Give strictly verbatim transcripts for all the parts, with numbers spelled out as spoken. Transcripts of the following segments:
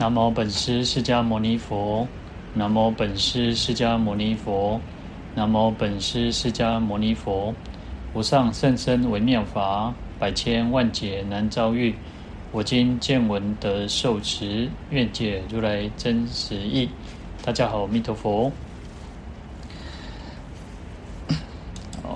南无本师释迦牟尼佛，南无本师释迦牟尼佛，南无本师释迦牟尼佛。无上甚深微妙法，百千万劫难遭遇。我今见闻得受持，愿解如来真实义。大家好，阿弥陀佛。好，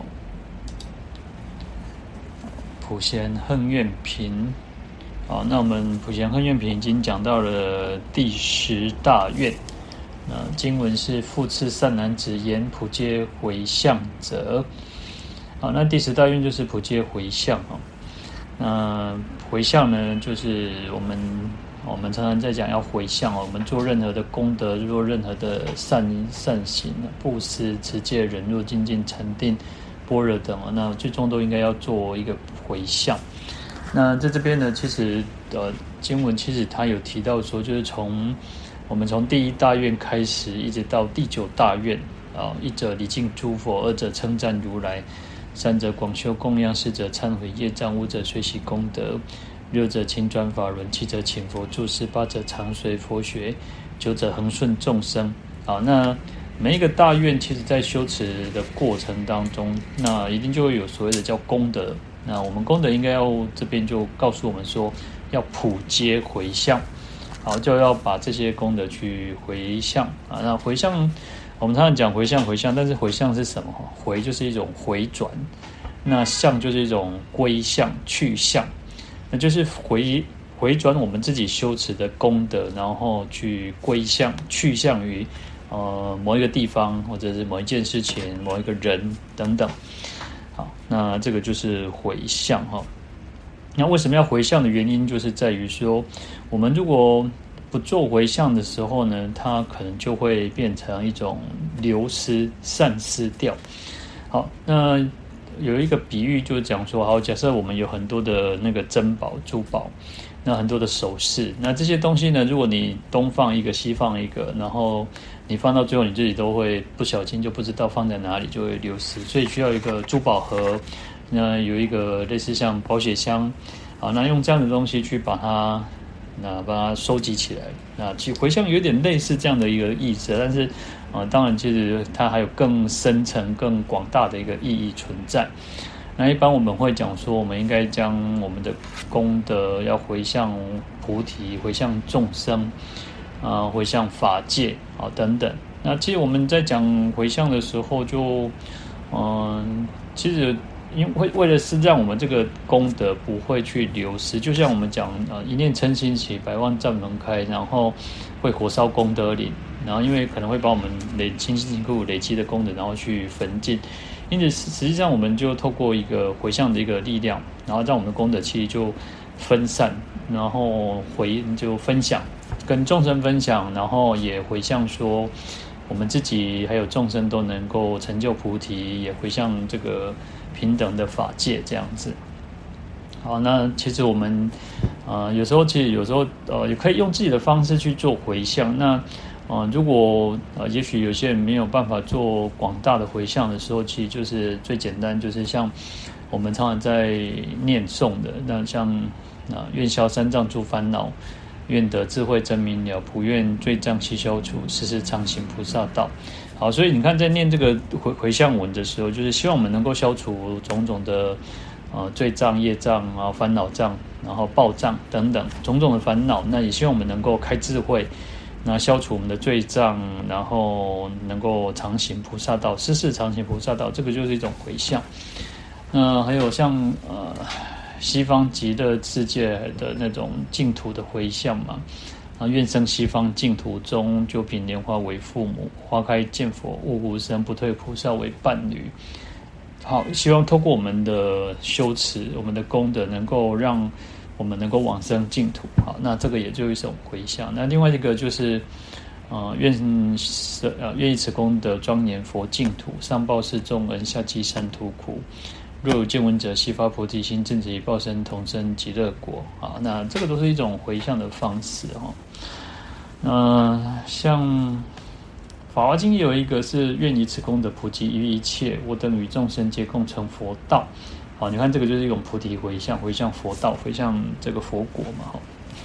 普贤恨愿品。好，那我们普贤恨愿品已经讲到了第十大愿。那经文是复次善男子言普皆回向者。好，那第十大愿就是普皆回向哈。那回向呢，就是我们我们常常在讲要回向哦。我们做任何的功德，做任何的善善行，布施、持戒、忍辱、精进、禅定、般若等哦，那最终都应该要做一个回向。那在这边呢，其实呃经文其实它有提到说，就是从我们从第一大愿开始，一直到第九大愿啊，一者礼敬诸佛，二者称赞如来。三者广修供养，四者忏悔业障，五者随喜功德，六者勤转法轮，七者请佛住世，八者常随佛学，九者恒顺众生。好，那每一个大愿，其实在修持的过程当中，那一定就会有所谓的叫功德。那我们功德应该要这边就告诉我们说，要普皆回向。好，就要把这些功德去回向啊。那回向。我们常常讲回向回向，但是回向是什么？回就是一种回转，那向就是一种归向去向，那就是回回转我们自己修持的功德，然后去归向去向于呃某一个地方，或者是某一件事情、某一个人等等。好，那这个就是回向哈。那为什么要回向的原因，就是在于说，我们如果不做回向的时候呢，它可能就会变成一种流失、散失掉。好，那有一个比喻，就是讲说，好，假设我们有很多的那个珍宝、珠宝，那很多的首饰，那这些东西呢，如果你东放一个、西放一个，然后你放到最后，你自己都会不小心就不知道放在哪里，就会流失。所以需要一个珠宝盒，那有一个类似像保险箱，好，那用这样的东西去把它。那把它收集起来，那其实回向有点类似这样的一个意思，但是，呃，当然其实它还有更深层、更广大的一个意义存在。那一般我们会讲说，我们应该将我们的功德要回向菩提、回向众生，啊、呃，回向法界啊等等。那其实我们在讲回向的时候就，嗯、呃，其实。因为为了是让我们这个功德不会去流失，就像我们讲，呃，一念嗔心起，百万障门开，然后会火烧功德林，然后因为可能会把我们累清辛辛苦苦累积的功德，然后去焚尽，因此实际上我们就透过一个回向的一个力量，然后让我们的功德其实就分散，然后回就分享，跟众生分享，然后也回向说，我们自己还有众生都能够成就菩提，也回向这个。平等的法界这样子。好，那其实我们呃有时候其实有时候呃也可以用自己的方式去做回向。那呃如果呃也许有些人没有办法做广大的回向的时候，其实就是最简单，就是像我们常常在念诵的，那像啊愿消三障诸烦恼，愿得智慧真明了，普愿罪障悉消除，世世常行菩萨道。好，所以你看，在念这个回回向文的时候，就是希望我们能够消除种种的呃罪障、业障啊、烦恼障，然后报障等等种种的烦恼。那也希望我们能够开智慧，那消除我们的罪障，然后能够常行菩萨道，世世常行菩萨道。这个就是一种回向。那还有像呃西方极乐世界的那种净土的回向嘛。啊，愿生西方净土中，九品莲花为父母，花开见佛悟无生，不退菩萨为伴侣。好，希望透过我们的修持，我们的功德，能够让我们能够往生净土。好，那这个也就是一种回向。那另外一个就是，呃，愿呃愿以此功德庄严佛净土，上报四重恩，下济三途苦。若有见闻者，悉发菩提心，正直以报身，同生极乐国。啊，那这个都是一种回向的方式哈。呃，像《法华经》也有一个是愿以此功德普及于一切，我等与众生皆共成佛道。好，你看这个就是一种菩提回向，回向佛道，回向这个佛国嘛。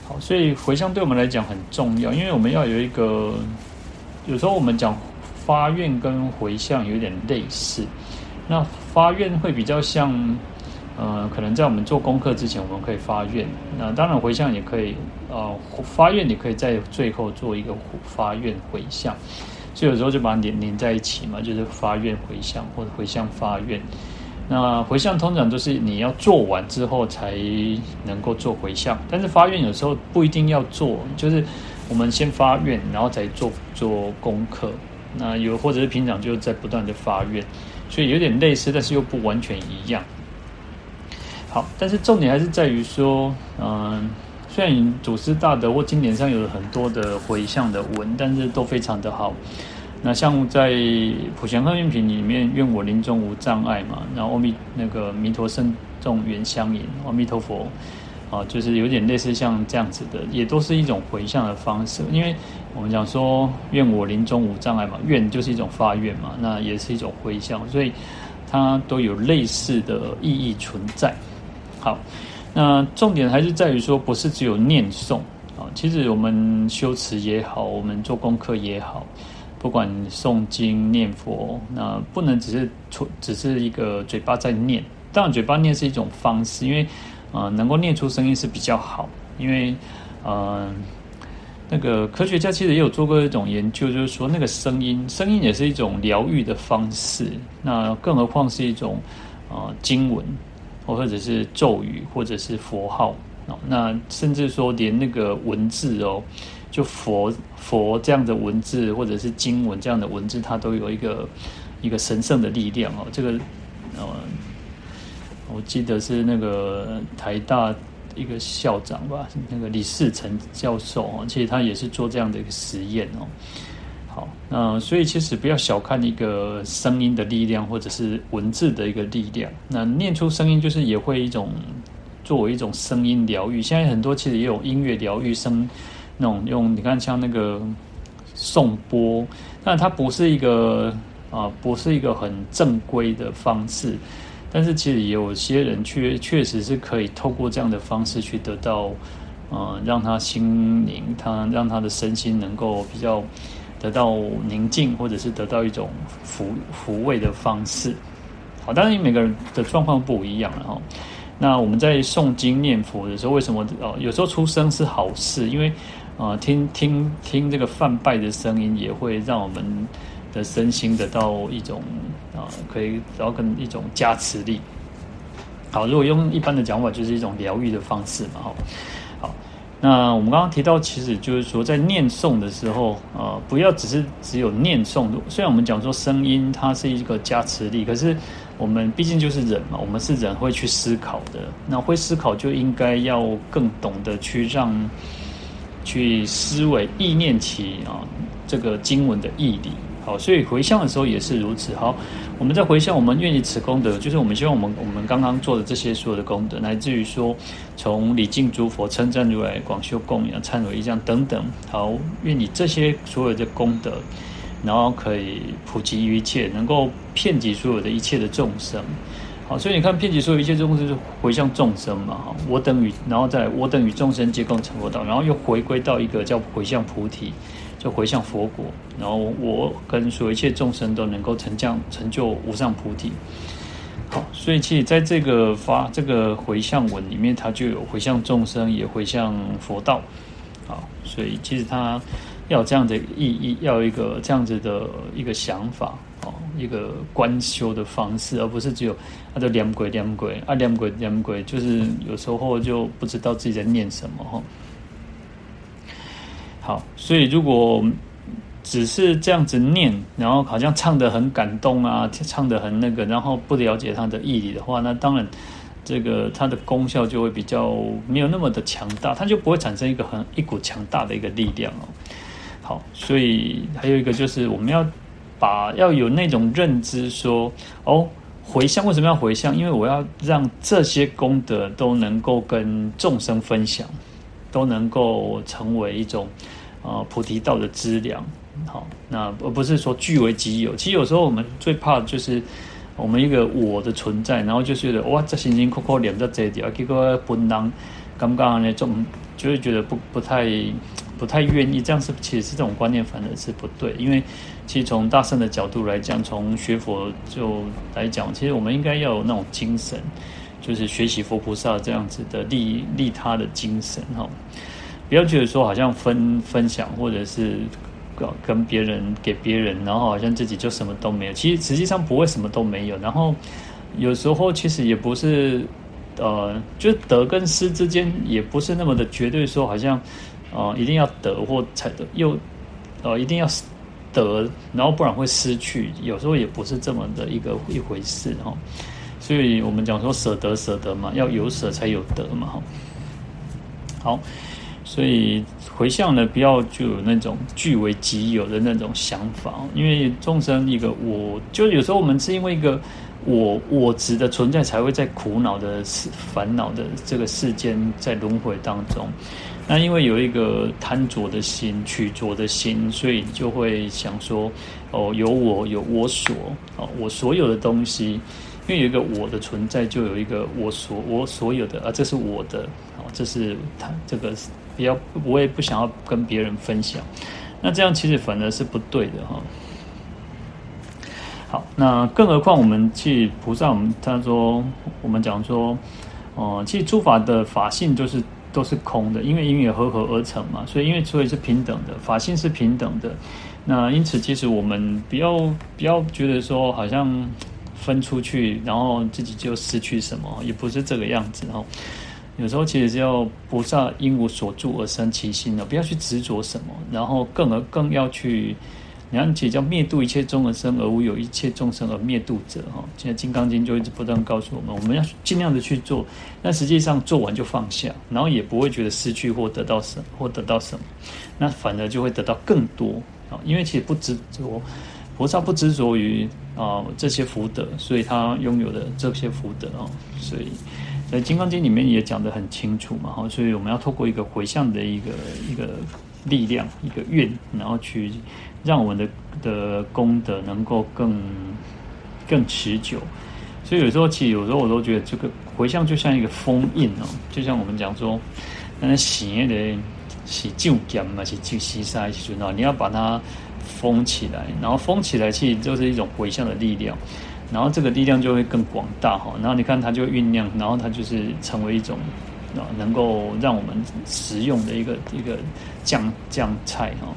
好，所以回向对我们来讲很重要，因为我们要有一个，有时候我们讲发愿跟回向有点类似，那发愿会比较像，呃，可能在我们做功课之前我们可以发愿，那当然回向也可以，呃，发愿也可以在最后做一个发愿回向，所以有时候就把它连连在一起嘛，就是发愿回向或者回向发愿。那回向通常都是你要做完之后才能够做回向，但是发愿有时候不一定要做，就是我们先发愿，然后再做做功课。那有或者是平常就在不断的发愿，所以有点类似，但是又不完全一样。好，但是重点还是在于说，嗯，虽然祖师大德或经典上有很多的回向的文，但是都非常的好。那像在普贤恒愿品里面，愿我临终无障碍嘛，然后阿弥那个弥陀圣众缘相迎，阿弥陀佛，啊，就是有点类似像这样子的，也都是一种回向的方式。因为我们讲说愿我临终无障碍嘛，愿就是一种发愿嘛，那也是一种回向，所以它都有类似的意义存在。好，那重点还是在于说，不是只有念诵啊，其实我们修持也好，我们做功课也好。不管诵经念佛，那不能只是只是一个嘴巴在念，当然嘴巴念是一种方式，因为呃能够念出声音是比较好，因为呃那个科学家其实也有做过一种研究，就是说那个声音，声音也是一种疗愈的方式，那更何况是一种呃经文，或者是咒语，或者是佛号，那甚至说连那个文字哦。就佛佛这样的文字，或者是经文这样的文字，它都有一个一个神圣的力量哦。这个呃，我记得是那个台大一个校长吧，那个李世成教授哦，其实他也是做这样的一个实验哦。好，那所以其实不要小看一个声音的力量，或者是文字的一个力量。那念出声音，就是也会一种作为一种声音疗愈。现在很多其实也有音乐疗愈声。那种用你看像那个颂钵，但它不是一个啊、呃，不是一个很正规的方式，但是其实有些人确确实是可以透过这样的方式去得到，呃，让他心灵，他让他的身心能够比较得到宁静，或者是得到一种抚抚慰的方式。好，当然每个人的状况不一样了哈。那我们在诵经念佛的时候，为什么哦？有时候出声是好事，因为啊、呃，听听听这个梵拜的声音，也会让我们的身心得到一种啊、呃，可以得到跟一种加持力。好，如果用一般的讲法，就是一种疗愈的方式嘛。哈，好，那我们刚刚提到，其实就是说，在念诵的时候，呃，不要只是只有念诵。虽然我们讲说声音它是一个加持力，可是我们毕竟就是人嘛，我们是人会去思考的。那会思考就应该要更懂得去让。去思维意念起啊这个经文的义理，好，所以回向的时候也是如此。好，我们在回向，我们愿意此功德，就是我们希望我们我们刚刚做的这些所有的功德，乃至于说从礼敬诸佛、称赞如来、广修供养、忏悔仪仗等等，好，愿你这些所有的功德，然后可以普及于一切，能够遍及所有的一切的众生。好，所以你看，遍及所有一切众生，就是回向众生嘛。哈，我等与，然后再来我等与众生皆共成佛道，然后又回归到一个叫回向菩提，就回向佛果，然后我跟所有一切众生都能够成降成就无上菩提。好，所以其实在这个发这个回向文里面，它就有回向众生，也回向佛道。好，所以其实它要有这样的意义，要有一个这样子的一个想法。一个观修的方式，而不是只有啊就念鬼念鬼啊念鬼念鬼，就是有时候就不知道自己在念什么哈。好，所以如果只是这样子念，然后好像唱得很感动啊，唱得很那个，然后不了解它的义理的话，那当然这个它的功效就会比较没有那么的强大，它就不会产生一个很一股强大的一个力量哦。好，所以还有一个就是我们要。把要有那种认知说，哦，回向为什么要回向？因为我要让这些功德都能够跟众生分享，都能够成为一种呃菩提道的资粮。好，那而不是说据为己有。其实有时候我们最怕的就是我们一个我的存在，然后就觉得哇，这辛辛苦苦念到这条，结果本人感觉呢种就会觉得不不太不太愿意，这样是其实这种观念反而是不对，因为其实从大乘的角度来讲，从学佛就来讲，其实我们应该要有那种精神，就是学习佛菩萨这样子的利利他的精神哈，不要觉得说好像分分享或者是跟别人给别人，然后好像自己就什么都没有，其实实际上不会什么都没有，然后有时候其实也不是呃，就是得跟失之间也不是那么的绝对，说好像呃一定要得或才得，又呃一定要得，然后不然会失去，有时候也不是这么的一个一回事哈。所以我们讲说舍得舍得嘛，要有舍才有得嘛哈。好，所以回向呢，不要就有那种据为己有的那种想法，因为众生一个我，就有时候我们是因为一个我我执的存在，才会在苦恼的烦恼的这个世间，在轮回当中。那因为有一个贪着的心、取着的心，所以就会想说，哦，有我有我所，哦，我所有的东西，因为有一个我的存在，就有一个我所我所有的啊，这是我的，哦，这是他这个比较，我也不想要跟别人分享。那这样其实反而是不对的哈。好，那更何况我们去菩萨，我们他说，我们讲说，哦、呃，其实诸法的法性就是都是空的，因为因缘和合而成嘛，所以因为所以是平等的，法性是平等的。那因此，其实我们不要不要觉得说好像分出去，然后自己就失去什么，也不是这个样子哈。有时候其实是要菩萨因无所住而生其心的，不要去执着什么，然后更而更要去。你看，其实叫灭度一切众生而无有一切众生而灭度者哈。现在《金刚经》就一直不断告诉我们，我们要尽量的去做，但实际上做完就放下，然后也不会觉得失去或得到什么或得到什么，那反而就会得到更多啊。因为其实不执着，菩萨不执着于啊这些福德，所以他拥有的这些福德啊，所以在《金刚经》里面也讲得很清楚嘛哈。所以我们要透过一个回向的一个一个力量，一个愿，然后去让我们的的功德能够更更持久。所以有时候其实有时候我都觉得这个回向就像一个封印哦，就像我们讲说，那洗的洗旧剑嘛，洗旧洗沙洗准哦，你要把它封起来，然后封起来其实就是一种回向的力量，然后这个力量就会更广大哈。然后你看它就酝酿，然后它就是成为一种啊能够让我们食用的一个一个酱酱菜哈。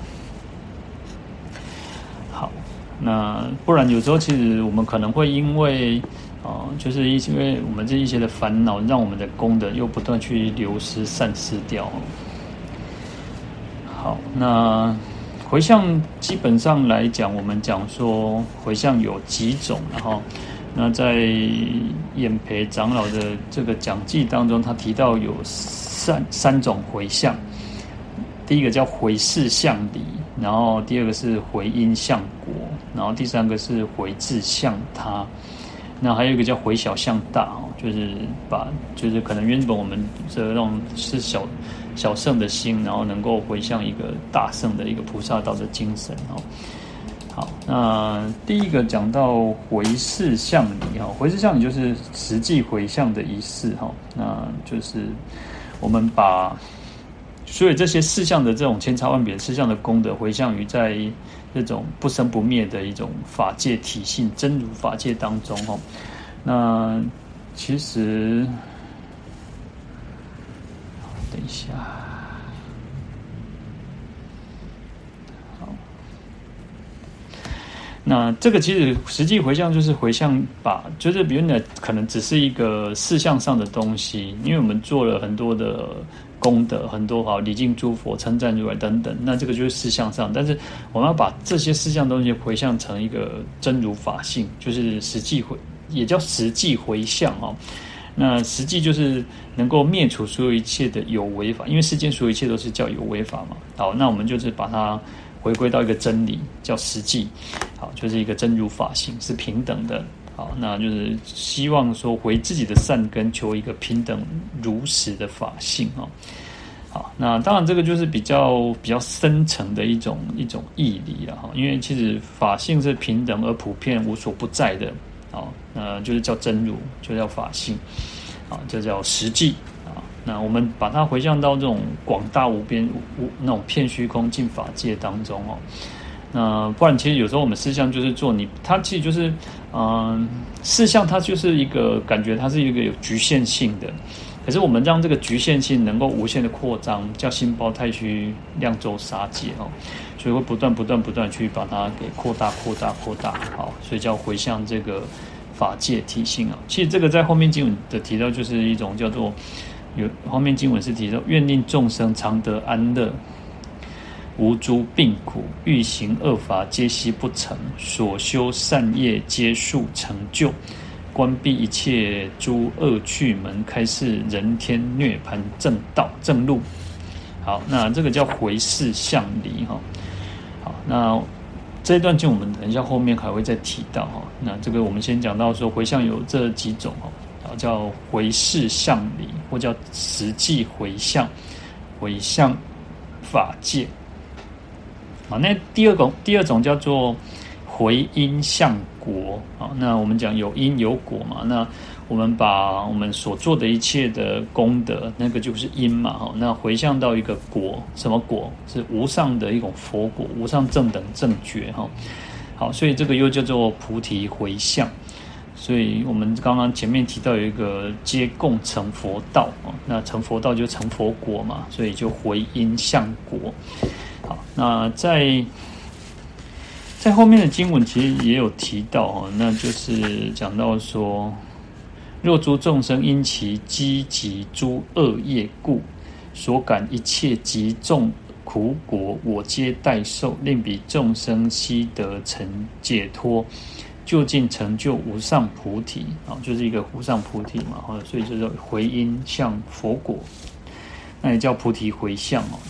好，那不然有时候其实我们可能会因为啊、呃，就是因为我们这一些的烦恼，让我们的功德又不断去流失、散失掉。好，那回向基本上来讲，我们讲说回向有几种，然后那在演培长老的这个讲记当中，他提到有三三种回向。第一个叫回事向理，然后第二个是回因向果，然后第三个是回智向他。那还有一个叫回小向大，就是把就是可能原本我们这那种是小小圣的心，然后能够回向一个大圣的一个菩萨道的精神哦。好，那第一个讲到回事向理哈，回事向理就是实际回向的仪式哈，那就是我们把。所以这些事项的这种千差万别的事项的功德，回向于在这种不生不灭的一种法界体性真如法界当中哦。那其实，等一下，好，那这个其实实际回向就是回向把，就是原来可能只是一个事项上的东西，因为我们做了很多的。功德很多好，礼敬诸佛、称赞如来等等，那这个就是事项上。但是我们要把这些事项东西回向成一个真如法性，就是实际回，也叫实际回向哦。那实际就是能够灭除所有一切的有为法，因为世间所有一切都是叫有为法嘛。好，那我们就是把它回归到一个真理，叫实际。好，就是一个真如法性，是平等的。好，那就是希望说回自己的善根，求一个平等如实的法性哦。好，那当然这个就是比较比较深层的一种一种义理了哈，因为其实法性是平等而普遍无所不在的，好，那就是叫真如，就叫法性，好，这叫实际啊。 那我们把它回向到这种广大无边无那种片虚空尽法界当中哦。那不然，其实有时候我们事项就是做你，它其实就是，嗯、呃，事项它就是一个感觉，它是一个有局限性的。可是我们让这个局限性能够无限的扩张，叫心包太虚量周沙界哦，所以会不断不断不断去把它给扩大扩大扩大，好，所以叫回向这个法界体性啊。其实这个在后面经文的提到，就是一种叫做有后面经文是提到，愿令众生常得安乐。无诸病苦，欲行恶法皆悉不成，所修善业皆速成就，关闭一切诸恶趣门，开示人天涅槃正道正路。好，那这个叫回视向离哈。好，那这一段经我们等一下后面还会再提到哈。那这个我们先讲到说回向有这几种哈，叫回视向离，或叫实际回向，回向法界。啊，那第二种第二种叫做回因向果啊。那我们讲有因有果嘛，那我们把我们所做的一切的功德，那个就是因嘛。哈，那回向到一个果，什么果？是无上的一种佛果，无上正等正觉哈。好，所以这个又叫做菩提回向。所以我们刚刚前面提到有一个皆共成佛道啊，那成佛道就成佛果嘛，所以就回因向果。好，那在在后面的经文其实也有提到哦，那就是讲到说，若诸众生因其积集诸恶业故，所感一切极重苦果，我皆代受，令彼众生悉得成解脱，究竟成就无上菩提啊，就是一个无上菩提嘛，所以就是回因向佛果，那也叫菩提回向哦。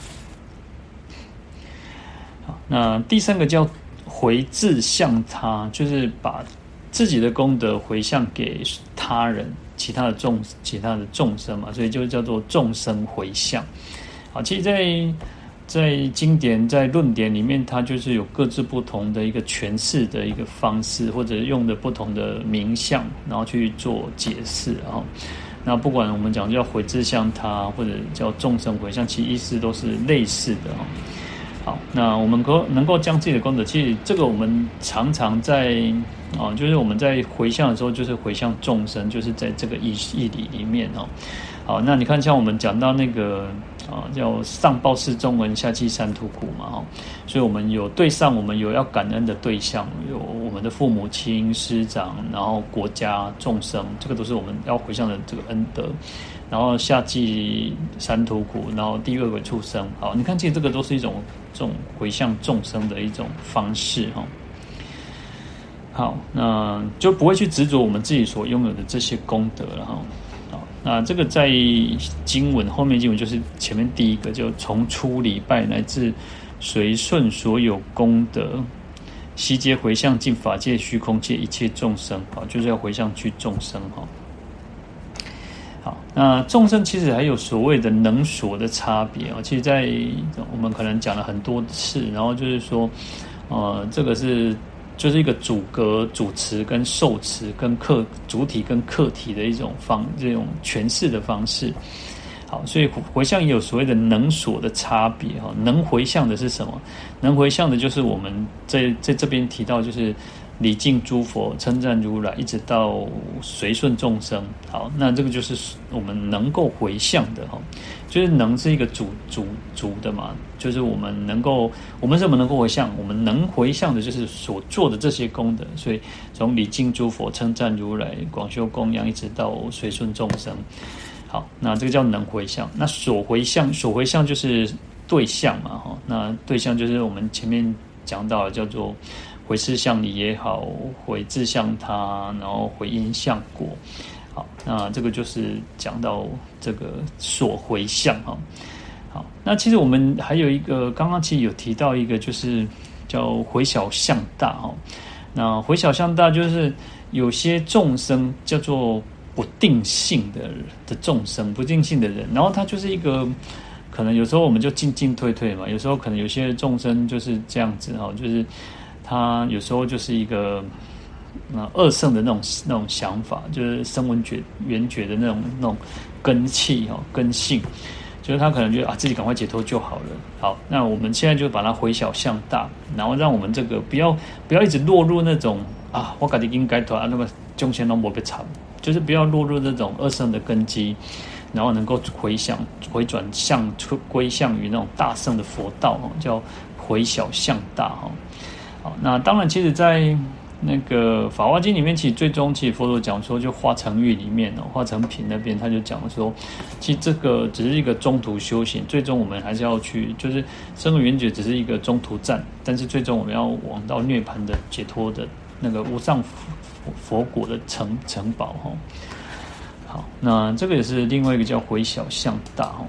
那第三个叫回自向他，就是把自己的功德回向给他人，其他的众其他的众生嘛，所以就叫做众生回向。好，其实在在经典在论点里面，它就是有各自不同的一个诠释的一个方式，或者用的不同的名相，然后去做解释啊。那不管我们讲叫回自向他，或者叫众生回向，其实意思都是类似的啊。好，那我们可能够将自己的功德，其实这个我们常常在啊，就是我们在回向的时候，就是回向众生，就是在这个义义理里面哦。好，那你看，像我们讲到那个啊，叫上报四重恩，下济三途苦嘛哈，所以我们有对上，我们有要感恩的对象，有我们的父母亲、师长，然后国家、众生，这个都是我们要回向的这个恩德。然后下济三途苦，然后地狱恶鬼畜生。好，你看，其实这个都是一种这种回向众生的一种方式哈。好，那就不会去执着我们自己所拥有的这些功德了哈。好，那这个在经文后面经文就是前面第一个，就从初礼拜乃至随顺所有功德，悉皆回向尽法界虚空界一切众生。好，就是要回向去众生哈。好，那众生其实还有所谓的能所的差别啊。其实，在我们可能讲了很多次，然后就是说，呃，这个是就是一个主格、主持跟受持跟客主体跟客体的一种方这种诠释的方式。好，所以回向也有所谓的能所的差别哈。能回向的是什么？能回向的就是我们在在这边提到就是。礼敬诸佛，称赞如来，一直到随顺众生。好，那这个就是我们能够回向的哈，就是能是一个主主主的嘛，就是我们能够，我们怎么能够回向？我们能回向的就是所做的这些功德，所以从礼敬诸佛、称赞如来、广修供养，一直到随顺众生。好，那这个叫能回向。那所回向，所回向就是对象嘛哈，那对象就是我们前面讲到的叫做。回事向理也好，回自向他，然后回因向果。好，那这个就是讲到这个所回向哈。好，那其实我们还有一个，刚刚其实有提到一个，就是叫回小向大哈。那回小向大就是有些众生叫做不定性的的众生，不定性的人，然后他就是一个。可能有时候我们就进进退退嘛，有时候可能有些众生就是这样子哈，就是。他有时候就是一个呃二圣的那种那种想法，就是声闻觉缘觉的那种那种根气哦根性，就是他可能觉得啊自己赶快解脱就好了。好，那我们现在就把它回小向大，然后让我们这个不要不要一直落入那种啊我自己应该脱啊那么众生都没被惨，就是不要落入这种二圣的根基。然后能够回向回转向归向于那种大圣的佛道，叫回小向大。好，那当然其实在那个法华经里面，其实最终其实佛陀讲说，就化成域里面化成品那边他就讲说，其实这个只是一个中途修行，最终我们还是要去，就是声闻缘觉只是一个中途站，但是最终我们要往到涅槃的解脱的那个无上佛果的城城堡。好，那这个也是另外一个叫回小向大哦。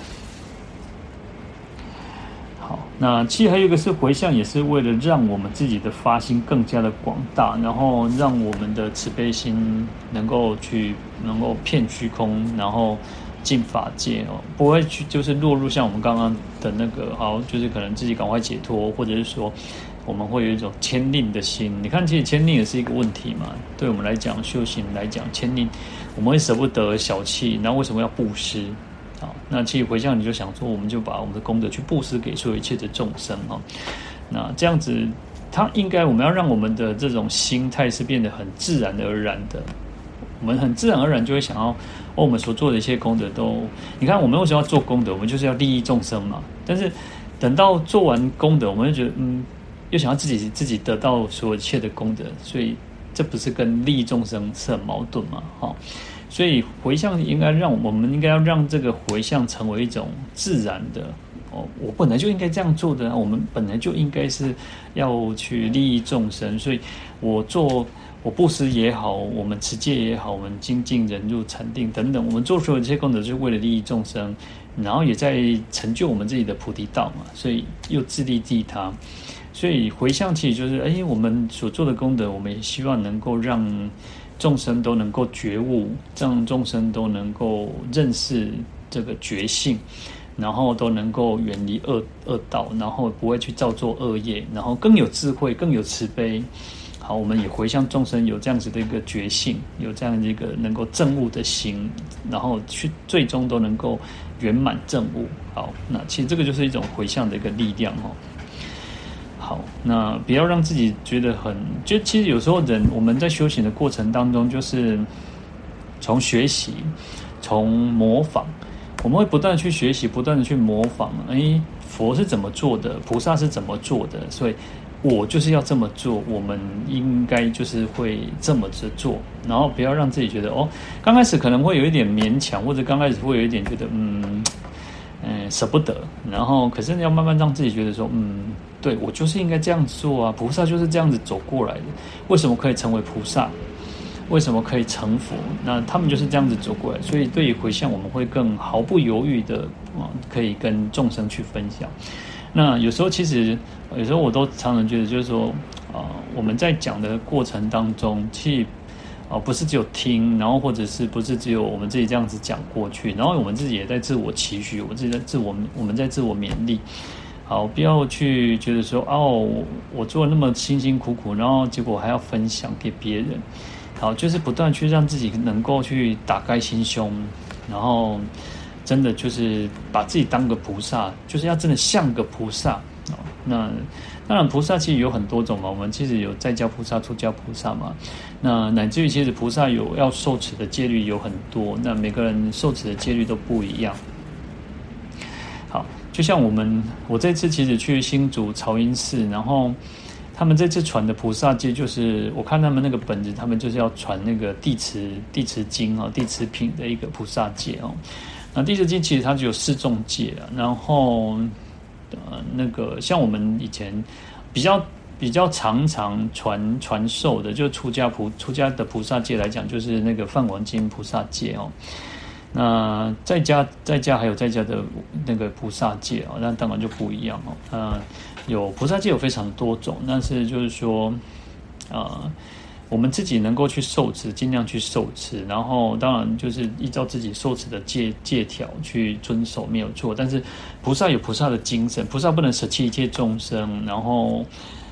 好，那其实还有一个是回向，也是为了让我们自己的发心更加的广大，然后让我们的慈悲心能够去能够遍虚空，然后进法界哦，不会去就是落入像我们刚刚的那个好，就是可能自己赶快解脱，或者是说我们会有一种牵令的心。你看，其实牵令也是一个问题嘛。对我们来讲，修行来讲，牵令我们会舍不得、小气，然后为什么要布施？好，那其实回向你就想说，我们就把我们的功德去布施给所有一切的众生哦。那这样子，它应该我们要让我们的这种心态是变得很自然而然的。我们很自然而然就会想要，哦，我们所做的一切功德都，你看我们为什么要做功德？我们就是要利益众生嘛。但是等到做完功德，我们就觉得，嗯。又想要自己自己得到所有一切的功德，所以这不是跟利益众生是很矛盾嘛？哈，所以回向应该让我们应该要让这个回向成为一种自然的哦，我本来就应该这样做的，我们本来就应该是要去利益众生，所以我做我布施也好，我们持戒也好，我们精进忍辱禅定等等，我们做所有这些功德就是为了利益众生，然后也在成就我们自己的菩提道嘛，所以又自利利他。所以回向其实就是，哎，我们所做的功德，我们也希望能够让众生都能够觉悟，让众生都能够认识这个觉性，然后都能够远离恶恶道，然后不会去造作恶业，然后更有智慧，更有慈悲。好，我们也回向众生有这样子的一个觉性，有这样的一个能够证悟的心，然后去最终都能够圆满证悟。好，那其实这个就是一种回向的一个力量哦。好，那不要让自己觉得很，就其实有时候人我们在修行的过程当中，就是从学习，从模仿，我们会不断的去学习，不断的去模仿。哎，佛是怎么做的，菩萨是怎么做的，所以我就是要这么做，我们应该就是会这么着做，然后不要让自己觉得哦，刚开始可能会有一点勉强，或者刚开始会有一点觉得嗯。嗯，舍不得，然后可是要慢慢让自己觉得说，嗯，对我就是应该这样做啊，菩萨就是这样子走过来的，为什么可以成为菩萨？为什么可以成佛？那他们就是这样子走过来，所以对于回向，我们会更毫不犹豫的啊，可以跟众生去分享。那有时候其实，有时候我都常常觉得，就是说，啊、呃，我们在讲的过程当中，其实。哦，不是只有听，然后或者是不是只有我们自己这样子讲过去，然后我们自己也在自我期许，我自己在自我，我们在自我勉励。好，不要去觉得说，哦，我做了那么辛辛苦苦，然后结果还要分享给别人。好，就是不断去让自己能够去打开心胸，然后真的就是把自己当个菩萨，就是要真的像个菩萨。哦，那当然菩萨其实有很多种嘛，我们其实有在家菩萨、出家菩萨嘛，那乃至于其实菩萨有要受持的戒律有很多，那每个人受持的戒律都不一样。好，就像我们我这次其实去新竹潮音寺，然后他们这次传的菩萨戒，就是我看他们那个本子，他们就是要传那个地持地持经哦，地持品的一个菩萨戒哦。那地持经其实它只有四众戒啊，然后。呃，那个像我们以前比较比较常常传传授的，就出家菩出家的菩萨戒来讲，就是那个梵王经菩萨戒哦。那在家在家还有在家的那个菩萨戒哦，那当然就不一样哦。呃，有菩萨戒有非常多种，但是就是说，呃。我们自己能够去受持，尽量去受持，然后当然就是依照自己受持的戒戒条去遵守，没有错。但是菩萨有菩萨的精神，菩萨不能舍弃一切众生，然后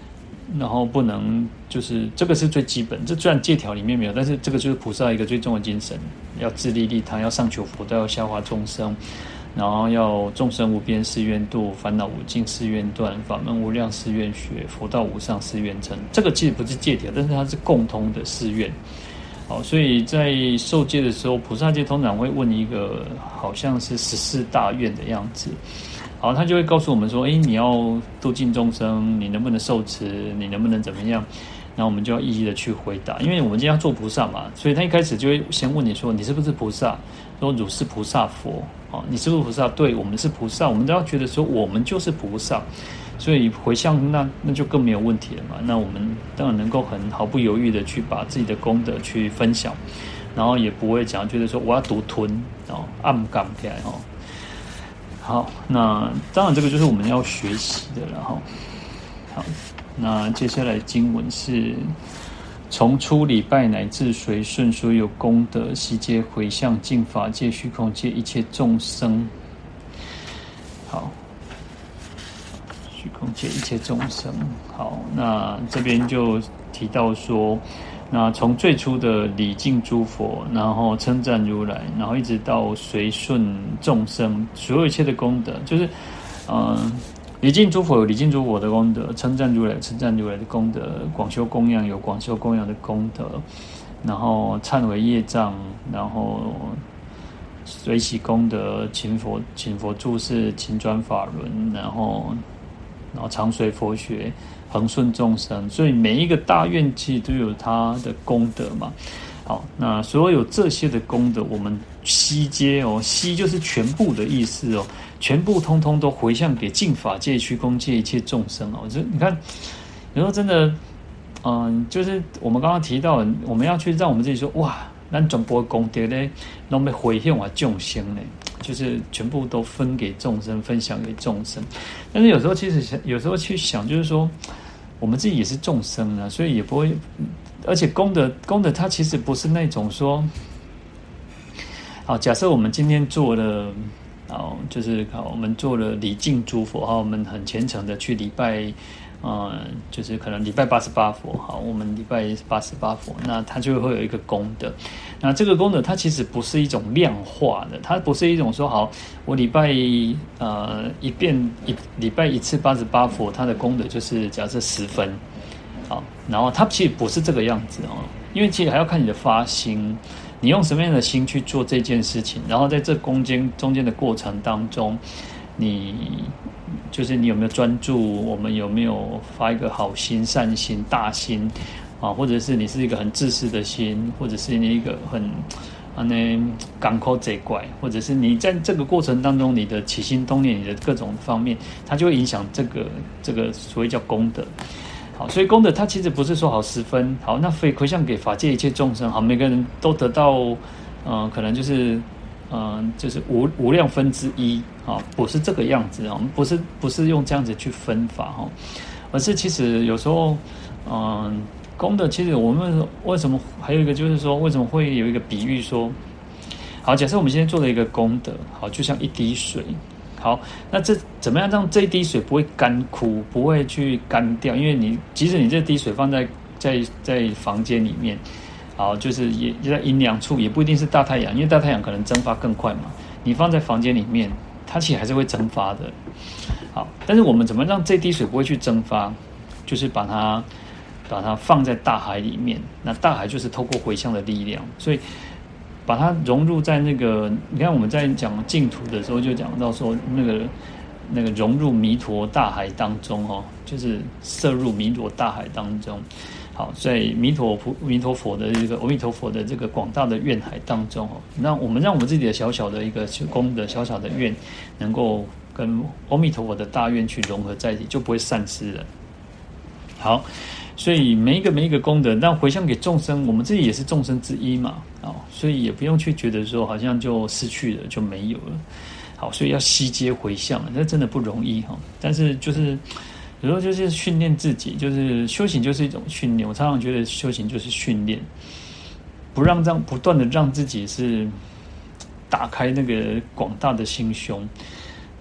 然后不能就是这个是最基本，这虽然戒条里面没有，但是这个就是菩萨一个最重要的精神，要自利利他，要上求佛道，要下化众生，然后要众生无边誓愿度，烦恼无尽誓愿断，法门无量誓愿学，佛道无上誓愿成。这个其实不是戒条，但是它是共通的誓愿。好，所以在受戒的时候，菩萨戒通常会问一个好像是十四大愿的样子。好，他就会告诉我们说，诶，你要度尽众生，你能不能受持，你能不能怎么样？然后我们就要一一的去回答，因为我们今天要做菩萨嘛，所以他一开始就会先问你说，你是不是菩萨？说汝是菩萨佛，哦，你是不是菩萨？对，我们是菩萨，我们都要觉得说我们就是菩萨，所以回向那那就更没有问题了嘛。那我们当然能够很毫不犹豫的去把自己的功德去分享，然后也不会讲觉得说我要独吞哦，暗感起来哦。好，那当然这个就是我们要学习的了哈。好，那接下来经文是从初礼拜乃至随顺所有功德，悉皆回向净法界、虚空界一切众生。好，虚空界一切众生。好，那这边就提到说，那从最初的礼敬诸佛，然后称赞如来，然后一直到随顺众生，所有一切的功德，就是嗯、呃，礼敬诸佛有礼敬诸佛的功德，称赞如来有称赞如来的功德，广修供养有广修供养的功德，然后忏悔业障，然后随喜功德，勤佛勤佛注释，勤转法轮，然后然后常随佛学，恒顺众生，所以每一个大愿其实都有它的功德嘛。好，那所有这些的功德，我们悉皆哦，悉就是全部的意思哦，全部通通都回向给净法界、虚空界一切众生哦。就你看，有时候真的，嗯，就是我们刚刚提到，我们要去让我们自己说，哇，咱全部的功德呢，都被回向啊众生呢。就是全部都分给众生，分享给众生。但是有时候其实有时候去想，就是说我们自己也是众生啊，所以也不会。而且功德功德它其实不是那种说，好，假设我们今天做了，好，就是好，我们做了礼敬诸佛，好，我们很虔诚的去礼拜。呃，就是可能礼拜八十八佛，好，我们礼拜八十八佛，那它就会有一个功德。那这个功德它其实不是一种量化的，它不是一种说好，我礼拜呃一遍一礼拜一次八十八佛，它的功德就是假设十分，好，然后它其实不是这个样子哦，因为其实还要看你的发心，你用什么样的心去做这件事情，然后在这中间中间的过程当中，你。就是你有没有专注，我们有没有发一个好心、善心、大心啊？或者是你是一个很自私的心，或者是你一个很啊那港口贼怪，或者是你在这个过程当中，你的起心动念，你的各种方面，它就会影响这个这个所谓叫功德。好，所以功德它其实不是说好十分，好，那回回向给法界一切众生，好，每个人都得到，呃，可能就是。嗯、呃，就是无无量分之一啊，不是这个样子啊，不是不是用这样子去分法哈，而是其实有时候，嗯、呃，功德其实我们为什么还有一个就是说，为什么会有一个比喻说，好，假设我们现在做了一个功德，好，就像一滴水，好，那这怎么样让这一滴水不会干枯，不会去干掉？因为你即使你这滴水放在在在房间里面。好，就是也也在阴凉处，也不一定是大太阳，因为大太阳可能蒸发更快嘛。你放在房间里面，它其实还是会蒸发的。好，但是我们怎么让这滴水不会去蒸发？就是把它把它放在大海里面。那大海就是透过回向的力量，所以把它融入在那个。你看我们在讲净土的时候，就讲到说那个那个融入弥陀大海当中哦，就是摄入弥陀大海当中。好，所以弥陀佛、弥陀佛的这个阿弥陀佛的这个广大的愿海当中哦，那我们让我们自己的小小的一个功德、小小的愿，能够跟阿弥陀佛的大愿去融合在一起，就不会散失了。好，所以每一个每一个功德，那回向给众生，我们自己也是众生之一嘛，啊，所以也不用去觉得说好像就失去了，就没有了。好，所以要悉皆回向，那真的不容易哈。但是就是。有时候就是训练自己，就是修行就是一种训练。我常常觉得修行就是训练，不让让不断的让自己是打开那个广大的心胸，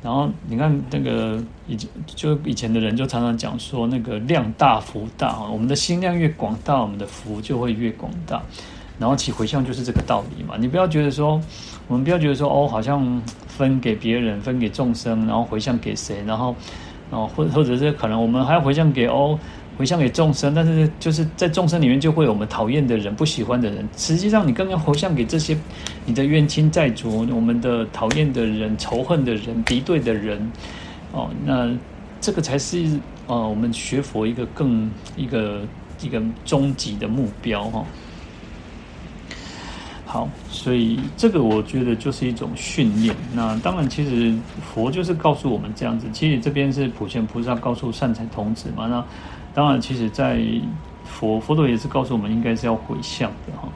然后你看那个以前就以前的人就常常讲说，那个量大福大，我们的心量越广大，我们的福就会越广大。然后其回向就是这个道理嘛。你不要觉得说，我们不要觉得说哦，好像分给别人，分给众生，然后回向给谁，然后哦或或者是可能我们还要回向给哦。回向给众生，但是就是在众生里面就会有我们讨厌的人、不喜欢的人。实际上，你更要回向给这些你的冤亲债主、我们的讨厌的人、仇恨的人、敌对的人。哦，那这个才是呃我们学佛一个更一个一个终极的目标哈。好，所以这个我觉得就是一种训练。那当然，其实佛就是告诉我们这样子。其实这边是普贤菩萨告诉善财童子嘛。那当然，其实在佛佛陀也是告诉我们，应该是要回向的哈。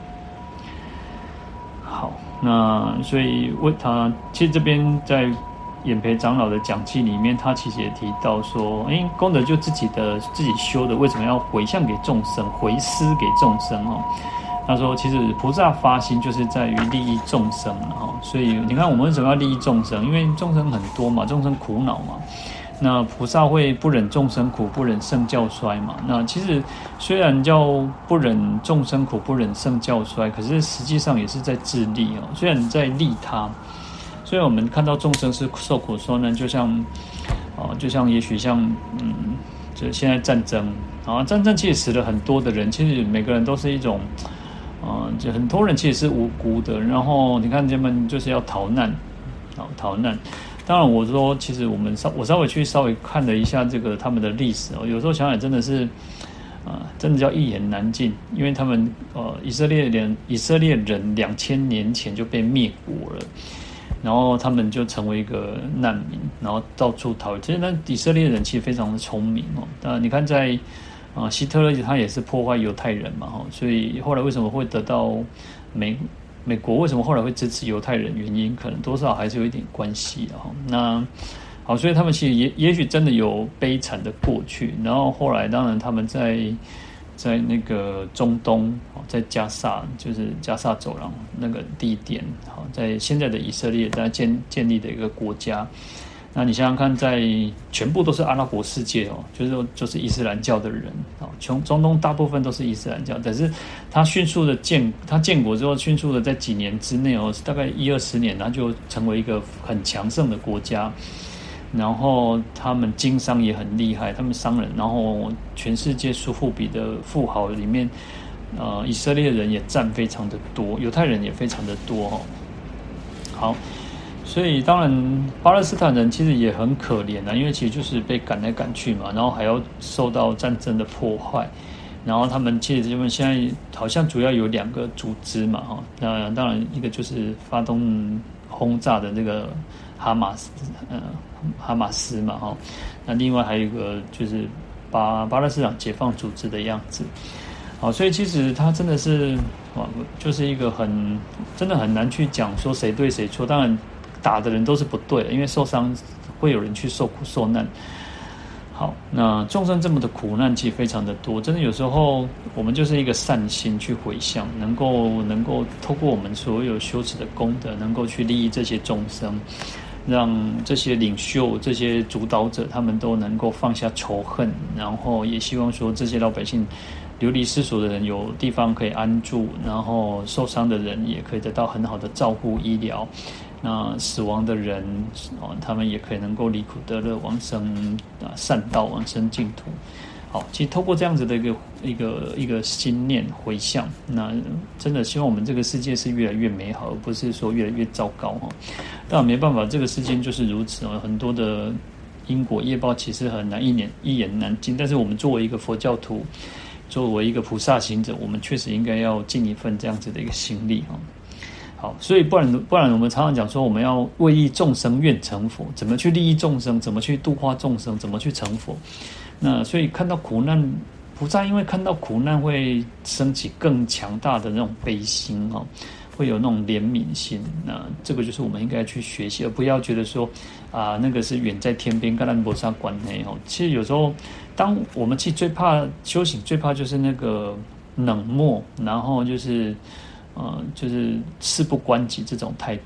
好，那所以为他其实这边在演培长老的讲记里面，他其实也提到说，哎，功德就自己的自己修的，为什么要回向给众生，回施给众生哦？他说，其实菩萨发心就是在于利益众生哈。所以你看，我们为什么要利益众生？因为众生很多嘛，众生苦恼嘛。那菩萨会不忍众生苦，不忍圣教衰嘛。那其实虽然叫不忍众生苦，不忍圣教衰，可是实际上也是在自利哦。虽然在利他，虽然我们看到众生是受苦受难，就像哦，就像也许像嗯，就现在战争啊，战争其实死了很多的人，其实每个人都是一种啊、呃，就很多人其实是无辜的。然后你看他们就是要逃难，啊，逃难。当然，我说其实我们稍我稍微去稍微看了一下这个他们的历史哦，有时候想想真的是，啊、呃，真的叫一言难尽，因为他们呃以色列人以色列人两千年前就被灭国了，然后他们就成为一个难民，然后到处逃。其实那以色列人其实非常的聪明哦，那你看在啊、呃、希特勒他也是破坏犹太人嘛哈，所以后来为什么会得到美？美国为什么后来会支持犹太人？原因可能多少还是有一点关系的哈。那好，所以他们其实也也许真的有悲惨的过去。然后后来，当然他们在在那个中东，在加萨，就是加萨走廊那个地点，好，在现在的以色列，在建建立的一个国家。那你想想看，在全部都是阿拉伯世界哦，就是说就是伊斯兰教的人啊，从中东大部分都是伊斯兰教，但是他迅速的建，他建国之后，迅速的在几年之内哦，大概一二十年，他就成为一个很强盛的国家。然后他们经商也很厉害，他们商人，然后全世界苏富比的富豪里面，呃，以色列人也占非常的多，犹太人也非常的多哦。好。所以当然，巴勒斯坦人其实也很可怜啊，因为其实就是被赶来赶去嘛，然后还要受到战争的破坏，然后他们其实他们现在好像主要有两个组织嘛，哈，那当然一个就是发动轰炸的这个哈马斯，呃，哈马斯嘛，哈，那另外还有一个就是巴巴勒斯坦解放组织的样子，好，所以其实他真的是哇，就是一个很真的很难去讲说谁对谁错，当然。打的人都是不对的，因为受伤会有人去受苦受难。好，那众生这么的苦难其实非常的多，真的有时候我们就是一个善心去回向，能够能够透过我们所有修持的功德，能够去利益这些众生，让这些领袖、这些主导者他们都能够放下仇恨，然后也希望说这些老百姓流离失所的人有地方可以安住，然后受伤的人也可以得到很好的照顾医疗。那死亡的人哦，他们也可以能够离苦得乐，往生啊善道，往生净土。好，其实透过这样子的一个一个一个心念回向，那真的希望我们这个世界是越来越美好，而不是说越来越糟糕哈。当然没办法，这个世界就是如此哦，很多的因果业报其实很难一言一言难尽。但是我们作为一个佛教徒，作为一个菩萨行者，我们确实应该要尽一份这样子的一个心力哈。好，所以不然不然，我们常常讲说，我们要为益众生，愿成佛。怎么去利益众生？怎么去度化众生？怎么去成佛？那所以看到苦难，菩萨因为看到苦难会升起更强大的那种悲心哈，会有那种怜悯心。那这个就是我们应该去学习，而不要觉得说啊，那个是远在天边，跟咱没啥关系哈。其实有时候，当我们去最怕修行，最怕就是那个冷漠，然后就是。呃，就是事不关己这种态度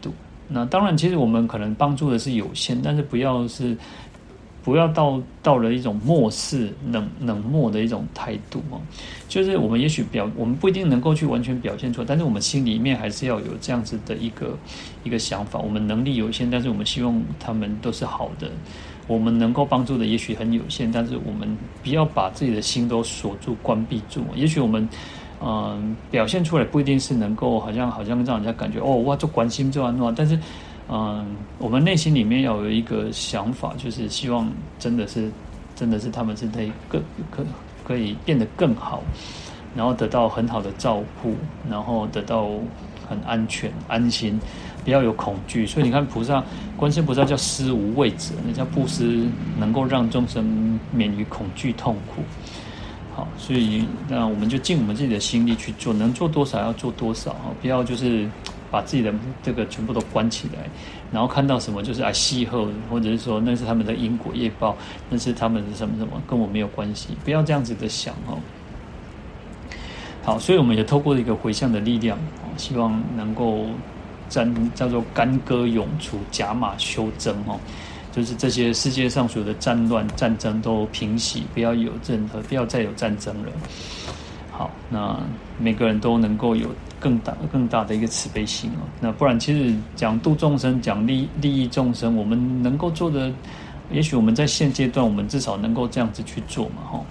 那当然，其实我们可能帮助的是有限，但是不要是不要到到了一种漠视、冷冷漠的一种态度哦。就是我们也许表，我们不一定能够去完全表现出来，但是我们心里面还是要有这样子的一个一个想法。我们能力有限，但是我们希望他们都是好的。我们能够帮助的也许很有限，但是我们不要把自己的心都锁住、关闭住。也许我们。嗯，表现出来不一定是能够好像好像让人家感觉哦，哇，就关心就安诺，但是嗯，我们内心里面要有一个想法，就是希望真的是真的是他们是可以更可可以变得更好，然后得到很好的照顾，然后得到很安全安心，不要有恐惧。所以你看菩萨观世音菩萨叫施无畏者，那叫布施能够让众生免于恐惧痛苦。好，所以那我们就尽我们自己的心力去做，能做多少要做多少，不要就是把自己的这个全部都关起来，然后看到什么就是啊戏后，或者是说那是他们的因果业报，那是他们的什么什么，跟我没有关系，不要这样子的想哦。好，所以我们也透过一个回向的力量，希望能够占叫做干戈永除，甲马休征哦。就是这些世界上所有的战乱战争都平息，不要有任何，不要再有战争了。好，那每个人都能够有更大更大的一个慈悲心哦。那不然，其实讲度众生，讲利利益众生，我们能够做的，也许我们在现阶段，我们至少能够这样子去做嘛，哈。